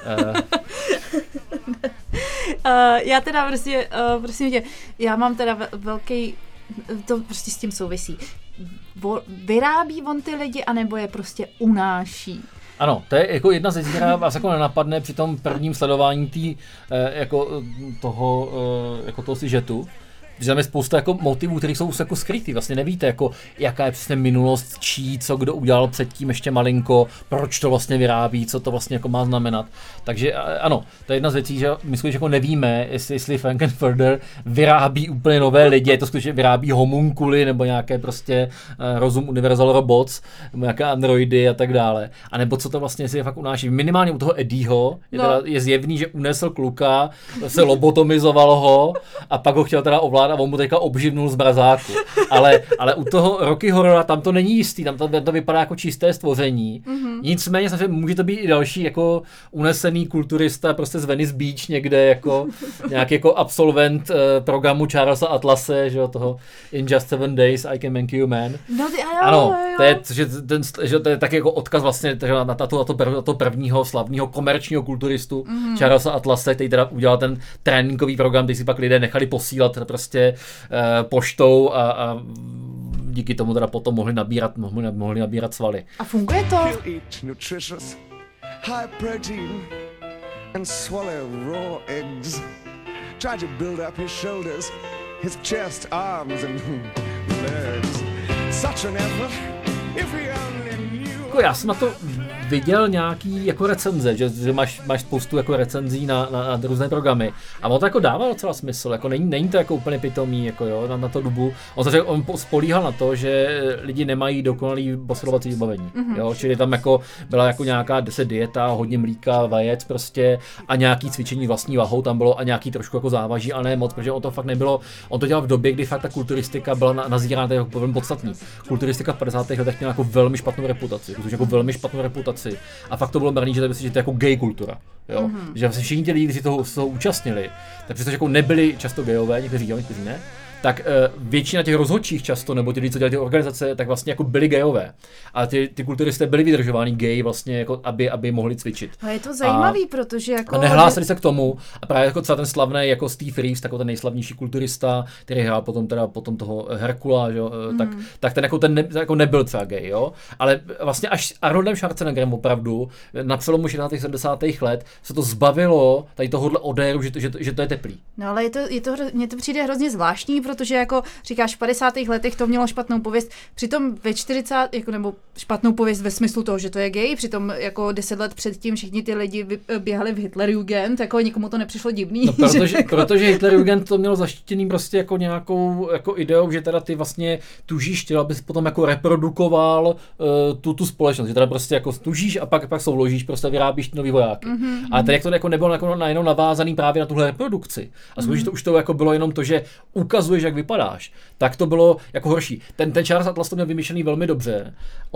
Já teda prosím tě, já mám teda velký, to prostě s tím souvisí. Vyrábí on ty lidi, anebo je prostě unáší? Ano, to je jako jedna z věcí, která vás jako nenapadne při tom prvním sledování toho sižetu. Že tam je spousta jako motivů, které jsou jako skrytý. Vlastně nevíte, jako, jaká je přesně minulost, co kdo udělal předtím ještě malinko, proč to vlastně vyrábí, co to vlastně jako má znamenat. Takže ano, to je jedna z věcí, že my skutečně jako nevíme, jestli Frankenfurter vyrábí úplně nové lidi, to skutečně vyrábí homunkuly nebo nějaké prostě rozum Universal Robots, nebo nějaké androidy a tak dále. A nebo co to vlastně jestli je fakt unáší. Minimálně u toho Eddieho je zjevný, že unesl kluka, se lobotomizoval ho a pak ho chtěl teda ovládat a on mu teďka obživnul z mrazáku. Ale u toho Rocky Horrora tam to není jistý, tam to vypadá jako čisté stvoření. Mm-hmm. Nicméně samozřejmě může to být i další jako unesený kulturista prostě z Venice Beach někde jako nějaký jako absolvent programu Charlesa Atlase, že jo, toho In Just 7 Days I Can Make You Man. Ano, to je taky jako odkaz vlastně na to prvního slavného komerčního kulturistu Charlesa Atlase, který teda udělal ten tréninkový program, kde si pak lidé nechali posílat prostě poštou a díky tomu teda potom mohli nabírat svaly. A funguje to? High protein and swallow raw eggs. Try to build up his shoulders, his chest, arms and legs. Such an effort if we only knew. Já jsem na to viděl nějaký jako recenze, že máš spoustu jako recenzí na různé programy a on to jako dává docela smysl, jako není to jako úplně pitomý jako jo, na to dobu. On spolíhal na to, že lidi nemají dokonalý posilovací vybavení, jo, čili tam jako byla jako nějaká dieta, hodně mlíka, vajec prostě a nějaký cvičení vlastní váhou tam bylo a nějaký trošku jako závaží, ale ne moc, protože on to fakt nebylo, on to dělal v době, kdy fakt ta kulturistika byla nazírána jako velmi podstatný. Kulturistika v 50. letech měla jako velmi špatnou reputaci. A fakt to bylo braný, že to je jako gay kultura, jo. Že vlastně všichni ti lidi, kteří toho účastnili, tak přestože jako nebyli často gayové, někteří ne, tak většina těch rozhodčích často, nebo ti lidi, co dělali ty organizace, tak vlastně jako byli gayové. A ty kulturisté byli vydržováni gay vlastně, jako aby mohli cvičit. A je to zajímavý, protože jako... A nehlásili se k tomu. A právě jako třeba ten slavný jako Steve Reeves, jako ten nejslavnější kulturista, který hrál potom toho Herkula, že, tak ten jako nebyl třeba gay, jo. Ale vlastně až Arnoldem Schwarzeneggerem opravdu na přelomu 60. 70. let se to zbavilo tady tohohle odéru, že to je teplý. No ale mně to přijde hrozně zvláštní, protože jako říkáš, v 50. letech to mělo špatnou pověst, přitom ve 40, jako, nebo špatnou pověst ve smyslu toho, že to je gay, přitom jako 10 let předtím všichni ty lidi běhali v Hitlerjugend, jako nikomu to nepřišlo divný. No, protože Hitlerjugend to mělo zaštítěný prostě jako nějakou jako ideou, že teda ty vlastně tužíš chtěl, abys potom jako reprodukoval tu společnost, že teda prostě jako tužíš a pak souložíš, prostě vyrábíš nový vojáky. A tady jak to jako nebylo jako najednou navázaný právě na tuhle reprodukci. A skutečně to už to jako bylo jenom to, že ukazuješ, jak vypadáš, tak to bylo jako horší. Ten Charles Atlas to měl vymyšlený velmi dobře.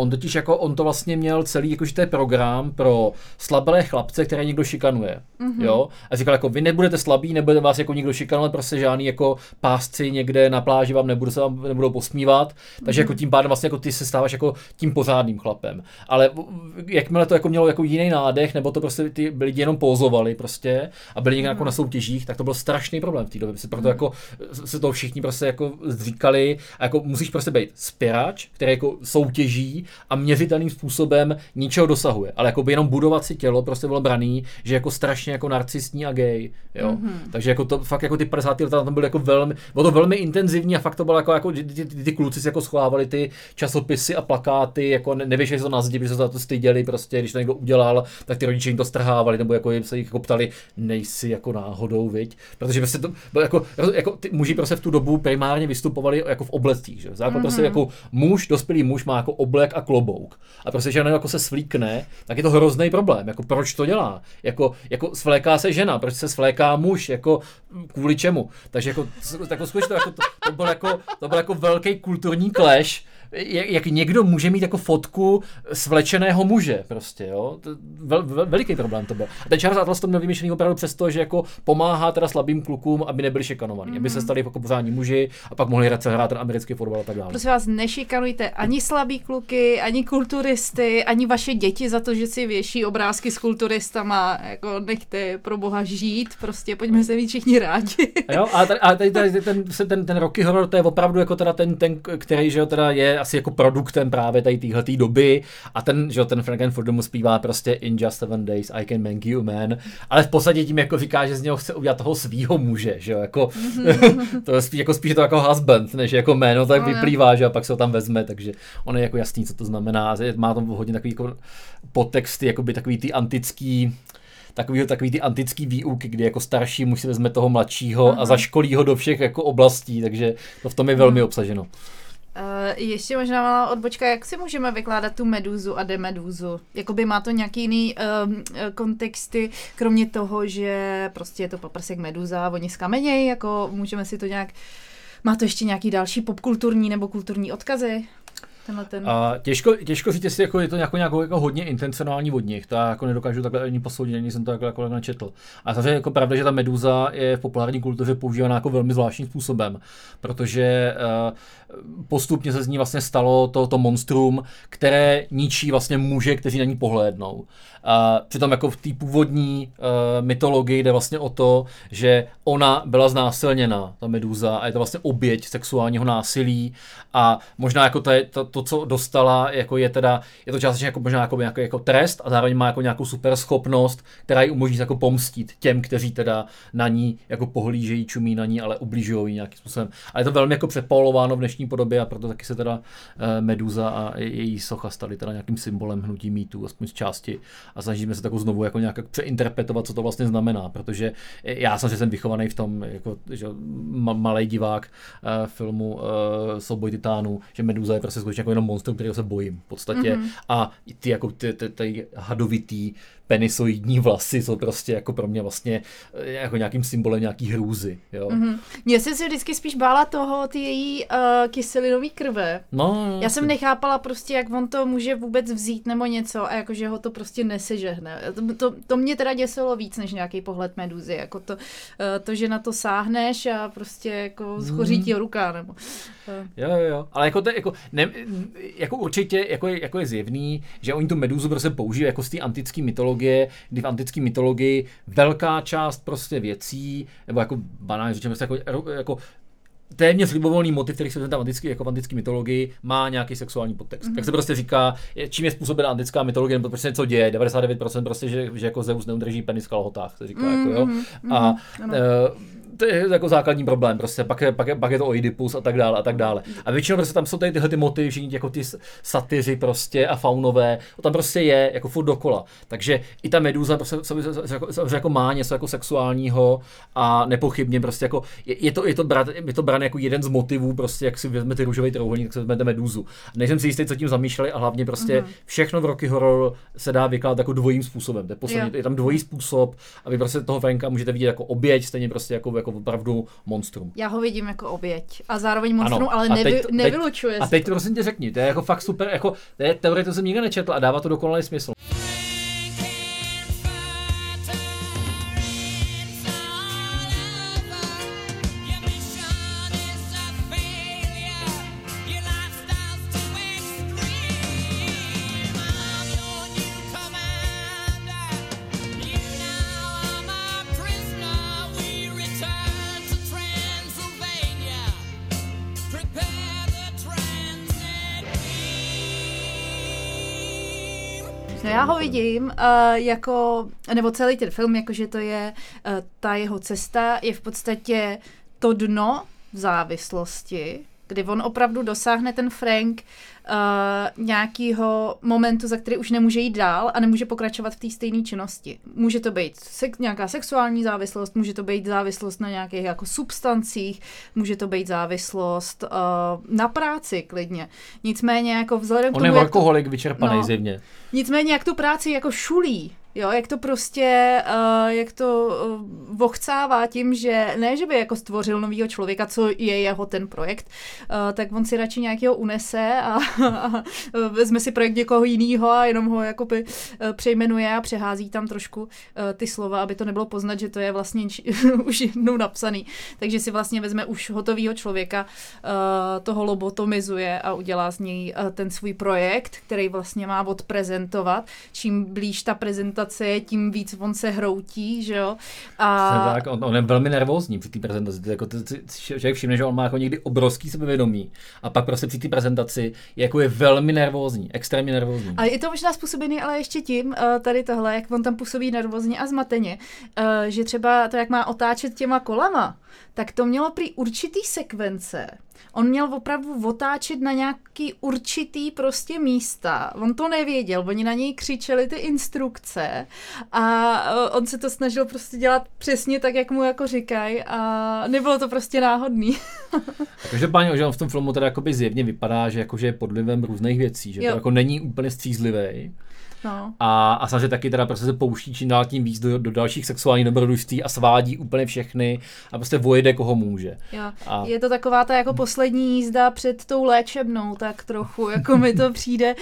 On to vlastně měl celý jakože program pro slabé chlapce, které někdo šikanuje. Jo? A říkal jako vy nebudete slabí, nebudete vás jako nikdo šikanovat, prostě žádný jako pásci někde na pláži vám nebudou posmívat. Takže jako tím pádem vlastně jako ty se stáváš jako tím pořádným chlapem. Ale jakmile to jako mělo jako jiný nádech, nebo to prostě ty lidi jenom pózovali prostě a byli někde jako na soutěžích, tak to byl strašný problém v té době. Proto jako se to všichni prostě jako říkali, a jako musíš prostě být spěrač, který jako soutěží a měřitelným způsobem ničeho dosahuje, ale jako by jenom budovat si tělo prostě bylo braný, že jako strašně jako narcistní a gay, jo. Takže jako to fakt jako ty 50. leta tam bylo jako bylo to velmi intenzivní a fakt to bylo jako ty kluci si jako schovávali ty časopisy a plakáty, jako nevěšeli to na zdi, protože se za to styděli prostě, když to někdo udělal, tak ty rodiče jim to strhávali, nebo jako se jich jako ptali, nejsi jako náhodou, viď? Protože prostě to bylo jako ty muži prostě v tu dobu primárně vystupovali jako v oblecích, že? Základ prostě jako dospělý muž má jako oblek a klobouk. A prostě žena jako se svlíkne, tak je to hrozný problém. Jako proč to dělá? Jako svléká se žena, proč se svléká muž? Jako kvůli čemu? Takže jako skutečně to byl jako velký kulturní clash. Jak někdo může mít jako fotku svlečeného muže prostě, jo. Veliký problém to byl. A ten Charles Atlas to měl vymyšlený opravdu přesto, že jako pomáhá teda slabým klukům, aby nebyli šikanovaní, aby se stali jako pořádní muži a pak mohli hrát ten americký fotbal a tak dále. Prosím vás, nešikanujte ani slabý kluky, ani kulturisty, ani vaše děti za to, že si věší obrázky s kulturistama, jako nechte pro boha žít, prostě pojďme se mít všichni rádi. Jo, a tady ten Rocky Horror, to je opravdu jako teda ten který, že jo, teda je asi jako produktem právě tady téhletý doby a ten Frankenfurter mu zpívá prostě In just 7 days I can make you a man, ale v podstatě tím jako říká, že z něho chce udělat toho svýho muže, že jo, jako to je spíš to jako husband, než jako man, no tak vyplývá, že a pak se ho tam vezme, takže on je jako jasný, co to znamená, má tam hodně takový jako podtexty, jakoby takový ty antický takový ty antický výuky, kdy jako starší muž si vezme toho mladšího a zaškolí ho do všech jako oblastí, takže to v tom je velmi obsaženo. Ještě možná malá odbočka, jak si můžeme vykládat tu Medúzu a Demedúzu? Jakoby má to nějaký jiný kontexty, kromě toho, že prostě je to paprsek Medúza a oni skamenějí, jako můžeme si to nějak, má to ještě nějaký další popkulturní nebo kulturní odkazy? Těžko říct, jestli jako je to nějakou jako hodně intencionální od nich, to já jako nedokážu takhle ani posoudit, ani jsem to jako načetl. A samozřejmě jako pravda, že ta Medúza je v populární kultuře používaná jako velmi zvláštním způsobem, protože postupně se z ní vlastně stalo to monstrum, které ničí vlastně muže, kteří na ní pohlédnou. Přitom jako v té původní mytologii jde vlastně o to, že ona byla znásilněna, ta Medúza, a je to vlastně oběť sexuálního násilí a možná jako to, co dostala, jako je to částečně jako možná jako trest a zároveň má jako nějakou super schopnost, která ji umožní jako pomstit těm, kteří teda na ní jako pohlížejí, čumí na ní, ale ubližují nějakým způsobem. Ale je to velmi jako přepolováno v dnešní podobě a proto taky se teda Medúza a její socha staly teda nějakým symbolem hnutí mýtů, aspoň z části. A snažíme se takovou znovu jako nějak přeinterpretovat, co to vlastně znamená, protože já jsem vychovaný v tom, jako, že malej divák filmu Souboj titánů, že Medúza je prostě skutečně jako jenom monstrum, kterého se bojím v podstatě. A ty jako ty hadovitý penisoidní vlasy jsou prostě jako pro mě vlastně jako nějakým symbolem nějaký hrůzy. Jo? Mně jsem si vždycky spíš bála toho, ty její kyselinový krve. No, já jsem nechápala prostě, jak on to může vůbec vzít nebo něco a jakože ho to prostě nesežehne. To mě teda děsilo víc, než nějaký pohled Medúzy. Jako to, že na to sáhneš a prostě jako schoří ti ruka. Nebo, Jo. Ale jako určitě jako je zjevný, že oni tu Medúzu prostě použijí jako z té antické mytologie, kdy v antické mytologii velká část prostě věcí, nebo jako banálně řečeno, jako téměř libovolný motiv, který se vezme v antické mytologii, má nějaký sexuální podtext. Tak se prostě říká, čím je způsobena antická mytologie, nebo prostě něco děje, 99% prostě, že jako Zeus neudrží penis v kalhotách, se říká, jako jo. A to je jako základní problém, prostě pak je to Oidipus a tak dále. A většinou prostě tam jsou tady tyhle ty motivy, všichni jako ty satyři prostě a faunové, to tam prostě je jako furt dokola. Takže i ta Medúza prostě jako má něco jako sexuálního a nepochybně prostě jako je to brané jako jeden z motivů, prostě jak si vezmete růžový trouhelník, tak si vezmete Medúzu. Nejsem si jistý, co tím zamýšleli a hlavně prostě všechno v Rocky Horror se dá vykládat jako dvojím způsobem. Je tam dvojí způsob, aby prostě toho Franka můžete vidět jako oběť, stejně prostě jako opravdu monstrum. Já ho vidím jako oběť a zároveň monstrum, ano, ale nevylučuje se. A teď to prosím tě řekni, to je jako fakt super, jako teorie to jsem nikdy nečetl a dává to dokonalý smysl. No já ho vidím nebo celý ten film, jakože to je ta jeho cesta, je v podstatě to dno v závislosti, kdy on opravdu dosáhne ten Frank nějakého momentu, za který už nemůže jít dál a nemůže pokračovat v té stejné činnosti. Může to být nějaká sexuální závislost, může to být závislost na nějakých jako substancích, může to být závislost na práci klidně. Nicméně jako vzhledem k tomu, on je alkoholik vyčerpaný zjevně. Nicméně jak tu práci jako šulí, jo, jak to prostě, jak to vochcává tím, že ne, že by jako stvořil novýho člověka, co je jeho ten projekt, tak on si radši nějakého unese a vezme si projekt někoho jinýho a jenom ho jakoby přejmenuje a přehází tam trošku ty slova, aby to nebylo poznat, že to je vlastně už jednou napsaný. Takže si vlastně vezme už hotovýho člověka, toho lobotomizuje a udělá z něj ten svůj projekt, který vlastně má odprezentovat. Čím blíž ta prezentace je, tím víc on se hroutí, že jo. A tak, on je velmi nervózní při té prezentaci. Jako člověk všimne, že on má jako někdy obrovský sebevědomí a pak prostě při té prezentaci je velmi nervózní, extrémně nervózní. Ale je to možná způsobený, ale ještě tím, tady tohle, jak on tam působí nervózně a zmateně, že třeba to, jak má otáčet těma kolama, tak to mělo prý určitý sekvence. On měl opravdu otáčet na nějaký určitý prostě místa. On to nevěděl, oni na něj křičeli ty instrukce a on se to snažil prostě dělat přesně tak, jak mu jako říkají a nebylo to prostě náhodný. Každopádně, že on v tom filmu teda jakoby zjevně vypadá, že jakože je pod vlivem různých věcí, že to jako není úplně střízlivý. No. A samozřejmě taky teda prostě se pouští čím dál tím víc do dalších sexuálních dobrodružství a svádí úplně všechny a prostě vojede koho může. Jo. Je to taková ta jako poslední jízda před tou léčebnou, tak trochu, jako mi to přijde.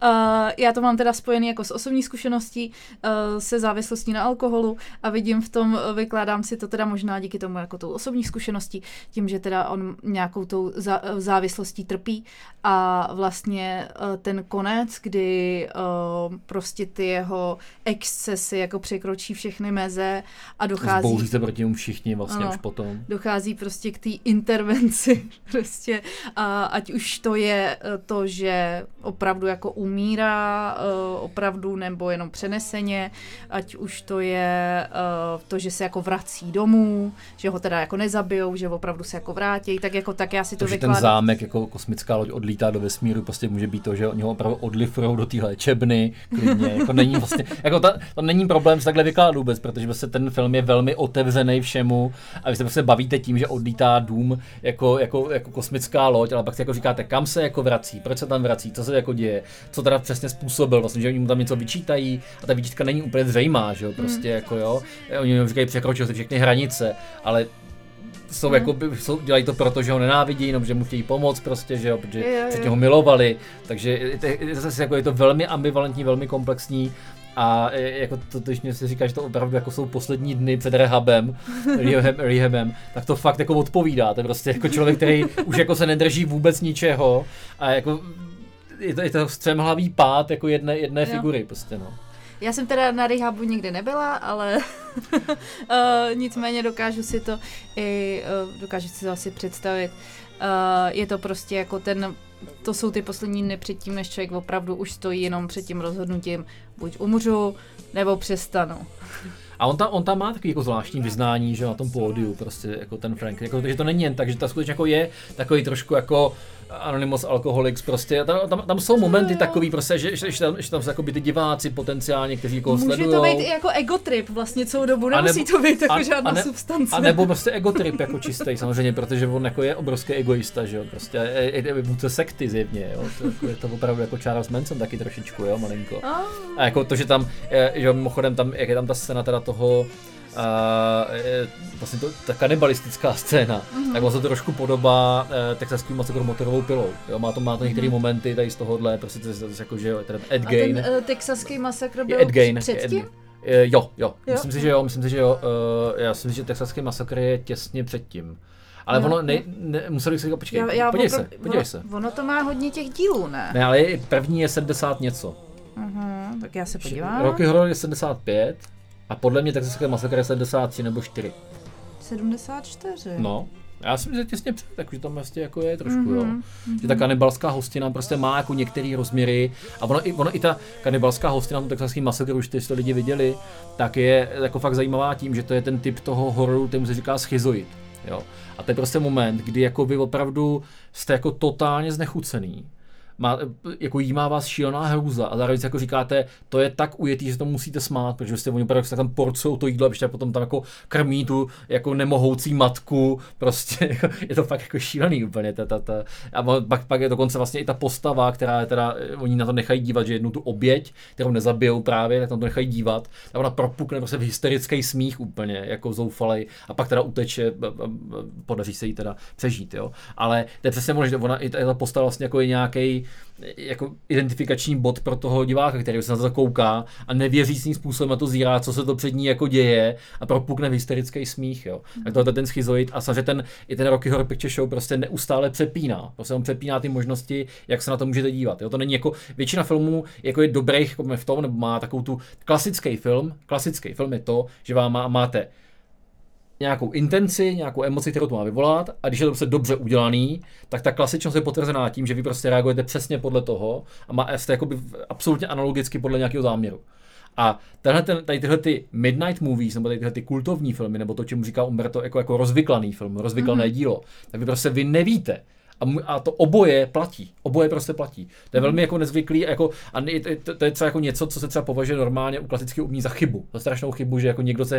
Já to mám teda spojený jako s osobní zkušeností, se závislostí na alkoholu a vidím v tom, vykládám si to teda možná díky tomu jako tou osobní zkušeností, tím, že teda on nějakou tou závislostí trpí a vlastně ten konec, kdy prostě ty jeho excesy jako překročí všechny meze a dochází... Zbouří se proti němu všichni vlastně už potom. Dochází prostě k té intervenci prostě a ať už to je to, že opravdu jako umírá opravdu nebo jenom přeneseně, ať už to je to, že se jako vrací domů, že ho teda jako nezabijou, že opravdu se jako vrátí, tak já si to vykládám. Ten zámek jako kosmická loď odlítá do vesmíru, prostě může být to, že oni ho opravdu odlifrujou do té léčebny, klidně, jako není vlastně, jako to není problém se takhle vykládat vůbec, protože vlastně ten film je velmi otevřený všemu a vy se prostě bavíte tím, že odlítá dům jako kosmická loď, ale pak si jako říkáte, kam se jako vrací, proč se tam vrací, co se jako děje, co teda přesně způsobil, vlastně, že oni mu tam něco vyčítají a ta výčitka není úplně zřejmá, že jo, prostě jako jo, oni mu říkají, překročil si všechny hranice, ale dělají to proto, že ho nenávidí, jenom že mu chtějí pomoct prostě, že jo, protože předtím ho milovali, takže je to velmi ambivalentní, velmi komplexní a jako to, když mě si říká, že to opravdu jako jsou poslední dny před rehabem, tak to fakt jako odpovídá, to je prostě jako člověk, který už jako se nedrží vůbec ničeho a jako je to střemhlavý pád jako jedné figury prostě, no. Já jsem teda na rehabu nikdy nebyla, ale nicméně dokážu si to asi představit. Je to prostě jako to jsou ty poslední dny předtím, než člověk opravdu už stojí jenom před tím rozhodnutím, buď umřu, nebo přestanu. A on tam má takový jako zvláštní vyznání, že na tom pódiu prostě jako ten Frank, jako, že to není jen tak, že ta skutečně jako je takový trošku jako Anonymous Alcoholics prostě, tam jsou momenty takový prostě, že tam jsou jako by ty diváci potenciálně, kteří jako sledujou. Může to být i jako egotrip vlastně celou dobu, nemusí to být jako žádná substance. A nebo prostě egotrip jako čistý samozřejmě, protože on jako je obrovský egoista, že jo, prostě je vůdce sekty zjevně, jo, je to opravdu jako Charles Manson taky trošičku, jo, malinko. A jako to, že tam, že mimochodem tam, jak je tam ta scéna teda toho, vlastně ta kanibalistická scéna, tak vlastně to trošku podobá texaským masakru motorovou pilou. Jo? Má to některé momenty tady z tohohle, prostě to je jako, že jo, Ed Gein. A ten texaský masakr byl předtím? Jo. Myslím si, že jo. Já si myslím, že texaský masakr je těsně předtím. Ale ono, museli si počkej, podívej se. Ono to má hodně těch dílů, ne? Ne, ale první je 70 něco. Tak já se podívám. Rocky Horror je 75. A podle mě texaský masakr je 73 nebo 4. 74. No. Já si myslím, že těsně před, takže tam vlastně jako je trošku, jo. Že ta kanibalská hostina prostě má jako některé rozměry a ono i ta kanibalská hostina, to texaský masakr, už ty lidi viděli, tak je jako fakt zajímavá tím, že to je ten typ toho hororu, kterému se říká schizoid, jo. A to je prostě moment, kdy jako vy opravdu jste jako totálně znechucený. Jako jímá vás šílená hrůza a zároveň jako říkáte, to je tak ujetý, že to musíte smát, protože jste oni opravdu tam porcujou to jídlo a ještě potom tam jako krmí tu jako nemohoucí matku, prostě je to fakt jako šílený úplně. A pak je dokonce vlastně i ta postava, která je teda, oni na to nechají dívat, že jednu tu oběť, kterou nezabijou právě, tak tam to nechají dívat, tak ona propukne prostě v hysterický smích úplně, jako zoufalej a pak teda uteče, podaří se jí teda přežít, jo. Ale to je přesně možné, že ona i ta postava vlastně jako je nějaký jako identifikační bod pro toho diváka, který se na to kouká a nevěřícím způsobem na to zírá, co se to před ní jako děje a propukne v hysterický smích, jo. Tak tohle je ten schizoid a samozřejmě ten Rocky Horror Picture Show prostě neustále přepíná. Prostě on přepíná ty možnosti, jak se na to můžete dívat, jo. To není jako většina filmů jako je dobrých jako v tom, nebo má takovou tu klasický film je to, že máte nějakou intenci, nějakou emoci, kterou to má vyvolat a když je to prostě dobře udělaný, tak ta klasičnost je potvrzená tím, že vy prostě reagujete přesně podle toho a jste jakoby absolutně analogicky podle nějakého záměru. A tady tyhle ty midnight movies, nebo tyhle ty kultovní filmy, nebo to, čemu říká Umberto jako rozvyklaný film, rozvyklané dílo, tak vy nevíte. A to oboje prostě platí. To je velmi jako nezvyklý, jako, a to je třeba jako něco, co se třeba považuje normálně u klasického umění za chybu. Za strašnou chybu, že jako někdo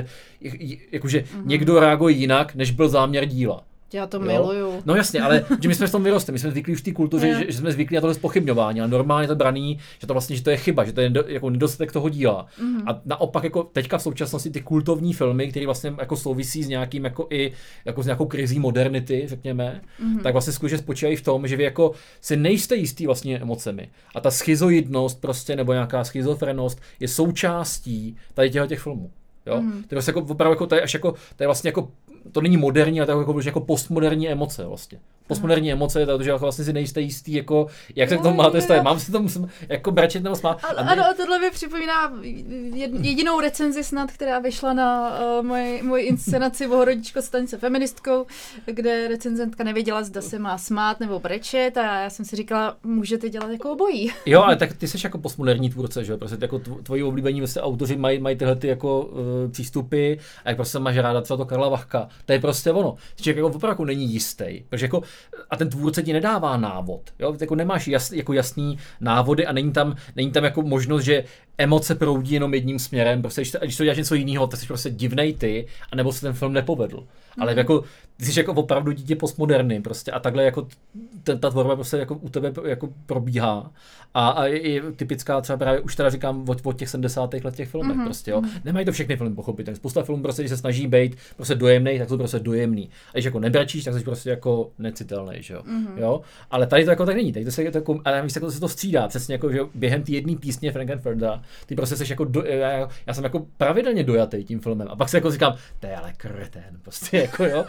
někdo reaguje jinak, než byl záměr díla. Já to miluju. No jasně, ale že my jsme v tom vyrostli, my jsme zvyklí už v té kultuře, že jsme zvyklí na tohle zpochybňování, ale normálně to braný, že to vlastně, že to je chyba, že to je jako nedostatek toho díla. A naopak jako teďka v současnosti ty kultovní filmy, které vlastně jako souvisí s nějakým jako i jako s nějakou krizí modernity, řekněme, tak vlastně skutečně spočívají v tom, že vy jako si nejste jistý vlastně emocemi. A ta schizoidnost prostě nebo nějaká schizofrenost je součástí tady těch filmů. Jo? To je vlastně jako opravdu jako to je až jako to je vlastně jako to není moderní, ale to je jako postmoderní emoce vlastně. Postmoderní emoce je to, že vlastně si nejste jistý, jako, jak se k tomu máte stavit. Mám si to musím jako brečet nebo smát. Ano, a tohle mi připomíná jedinou recenzi snad, která vyšla na moji inscenaci Bohorodičko staň se feministkou, kde recenzentka nevěděla, zda se má smát nebo brečet a já jsem si říkala, můžete dělat jako obojí. Jo, ale tak ty jsi jako postmoderní tvůrce, že? Prostě jako tvoji oblíbení vlastně autoři mají tyhle ty jako přístupy a jak prostě máš ráda třeba to Karla Vachka. To je prostě ono. Člověk jako opravdu není jistý, protože jako a ten tvůrce ti nedává návod, jo? Jako nemáš jasný návody a není tam jako možnost, že emoce proudí jenom jedním směrem, prostě když to děláš něco jiného, tak jsi prostě divnej ty, anebo se ten film nepovedl. Ale jako ty jsi jako opravdu dítě postmoderny prostě a takhle jako ta tvorba prostě jako u tebe jako probíhá a je typická třeba právě už teda říkám od těch 70. let těch filmech prostě, jo. Nemají to všechny filmy pochopit, spousta filmů prostě, když se snaží být prostě dojemnej, tak jsou prostě dojemný. A když jako nebrečíš, tak jsi prostě jako necitelný, že jo. Jo? Ale tady to jako tak není, tady to se jako, ale víš, jako se to střídá, přesně jako že v té jedné písně Frankenfurta, ty prostě jsi jako já jsem jako pravidelně dojatý tím filmem a pak si jako říkám, to je ale kretén, prostě jako jo.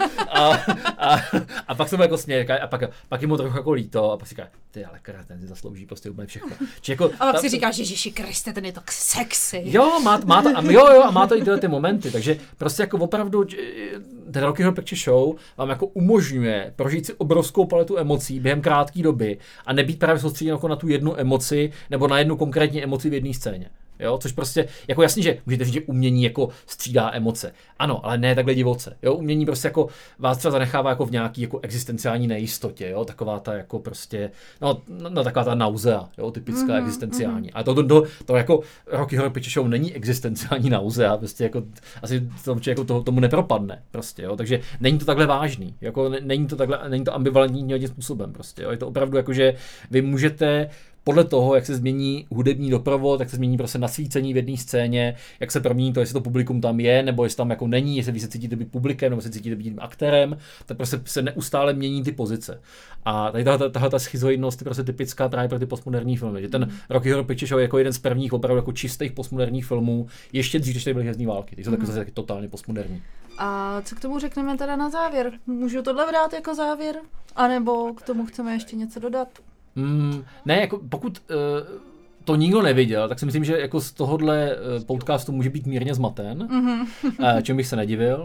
A pak jsem jako směr a pak je mu trochu jako líto a pak si říká, ty ale kretén si zaslouží prostě úplně všechno. Jako, a pak si říkáš, Ježiši Kriste, ten je tak sexy. Jo, má to i tyhle ty momenty, takže prostě jako opravdu ten Rocky Horror Picture Show vám jako umožňuje prožít si obrovskou paletu emocí během krátké doby a nebýt právě soustředěn jako na tu jednu emoci nebo na jednu konkrétní emoci v jedné scéně. Jo, což prostě, jako jasně, že můžete říct, že umění jako střídá emoce. Ano, ale ne takhle divoce. Jo, umění prostě jako vás třeba zanechává jako v nějaký jako existenciální nejistotě, jo, taková ta jako prostě, no taková ta nauzea, jo, typická existenciální. A to jako Rocky Horror Picture Show není existenciální nauzea, prostě jako asi to jako tomu nepropadne, prostě, jo, takže není to takhle vážný, jako není to ambivalentní nějakým způsobem, prostě, jo, je to opravdu jako, že vy můžete podle toho, jak se změní hudební doprovod, jak se změní prostě nasvícení v jedné scéně, jak se promění to, jestli to publikum tam je, nebo jestli tam jako není, jestli vy se cítíte být publikem, nebo se cítíte být aktérem, tak prostě se neustále mění ty pozice. A tady tahle schizoidnost je prostě typická právě pro ty postmoderní filmy. Že ten Rocky Horror Picture Show je jako jeden z prvních opravdu jako čistých postmoderních filmů, ještě dřív, než tady byly Hvězdné války. Ty jsou taky totálně postmoderní. A co k tomu řekneme teda na závěr? Můžu tohle brát jako závěr? A nebo k tomu chceme ještě něco dodat? Ne, jako pokud to nikdo neviděl, tak si myslím, že jako z tohohle podcastu může být mírně zmaten, čemu bych se nedivil.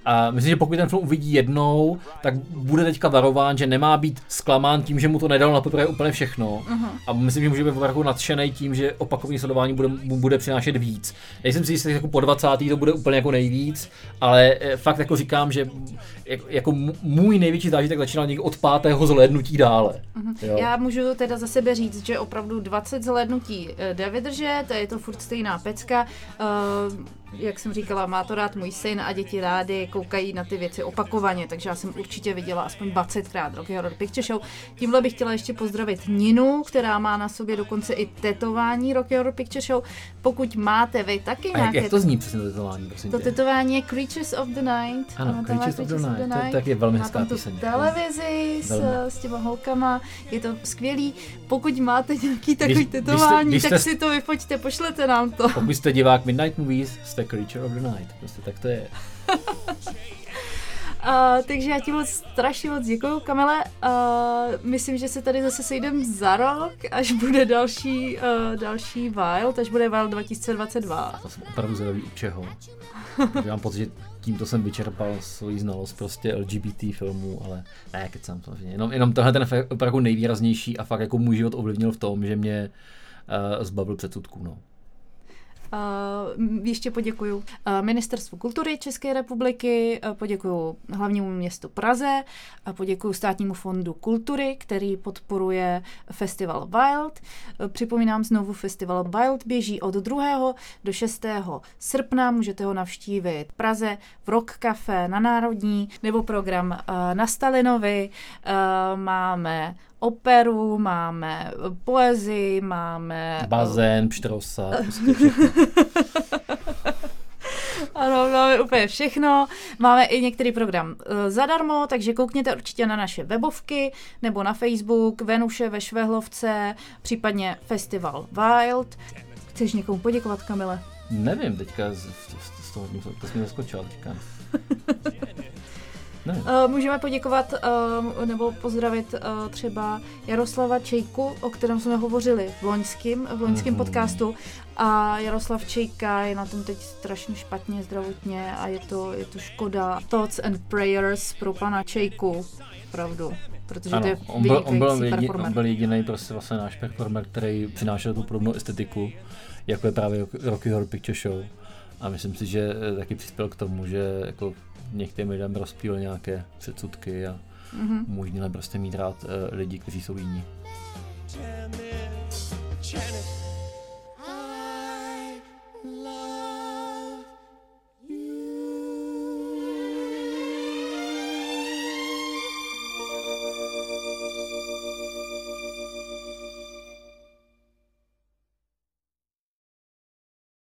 A myslím, že pokud ten film uvidí jednou, tak bude teďka varován, že nemá být zklamán tím, že mu to nedalo na poprvé úplně všechno. A myslím, že může být opravdu nadšenej tím, že opakování sledování bude přinášet víc. Nejsem si jistý, jako po 20. to bude úplně jako nejvíc, ale fakt jako říkám, že jako můj největší zážitek začínal někdy od 5. zhlédnutí dále. Já můžu teda za sebe říct, že opravdu 20 zhlédnutí jde vydržet, je to furt stejná pecka. Jak jsem říkala, má to rád můj syn a děti rádi koukají na ty věci opakovaně, takže já jsem určitě viděla aspoň 20krát Rocky Horror Picture Show. Tímhle bych chtěla ještě pozdravit Ninu, která má na sobě dokonce i tetování Rocky Horror Picture Show. Pokud máte vy taky nějaké... Jak to zní přesně to tetování, prosím tě? To tetování je Creatures of the Night. Ano, Creatures of the Night, to tak je velmi hezká píseň. Má tam tu televizi s těma holkama, je to skvělý. Pokud máte nějaký takový tetování, tak si to vyfoťte, pošlete nám to. Pokud jste divák Midnight Movies, jste Creature of the Night, prostě tak to je. Takže já ti moc strašně moc děkuju, Kamile. Myslím, že se tady zase sejdeme za rok, až bude další Wild, až bude Wild 2022. To jsem opravdu zvědavý u čeho. Mám pocit, že tímto jsem vyčerpal svoji znalost prostě LGBT filmů, ale ne, kecám samozřejmě. Jenom tohle ten opravdu nejvýraznější a fakt jako můj život ovlivnil v tom, že mě zbavil předsudků, no. Ještě poděkuju Ministerstvu kultury České republiky, poděkuju hlavnímu městu Praze, poděkuju Státnímu fondu kultury, který podporuje festival Wild. Připomínám znovu, festival Wild běží od 2. do 6. srpna, můžete ho navštívit v Praze, v Rock Café na Národní, nebo program na Stalinovi, máme operu, máme poezii, máme... bazén, pštrosa, prostě Ano, máme úplně všechno. Máme i některý program zadarmo, takže koukněte určitě na naše webovky nebo na Facebook, Venuše ve Švehlovce, případně Festival Wild. Chceš někomu poděkovat, Kamile? Nevím, teďka z toho to jsi mi zaskočila, říkám. Můžeme poděkovat nebo pozdravit třeba Jaroslava Čejku, o kterém jsme hovořili v loňském podcastu. A Jaroslav Čejka je na tom teď strašně špatně zdravotně a je to škoda. Thoughts and prayers pro pana Čejku, opravdu. Protože ano, to je on byl jediný prostě vlastně náš performer, který přinášel tu podobnou estetiku, jako je právě Rocky Horror Picture Show. A myslím si, že taky přispěl k tomu, že jako některým lidem rozptýlil nějaké předsudky a umožnil prostě mít rád lidi, kteří jsou jiní.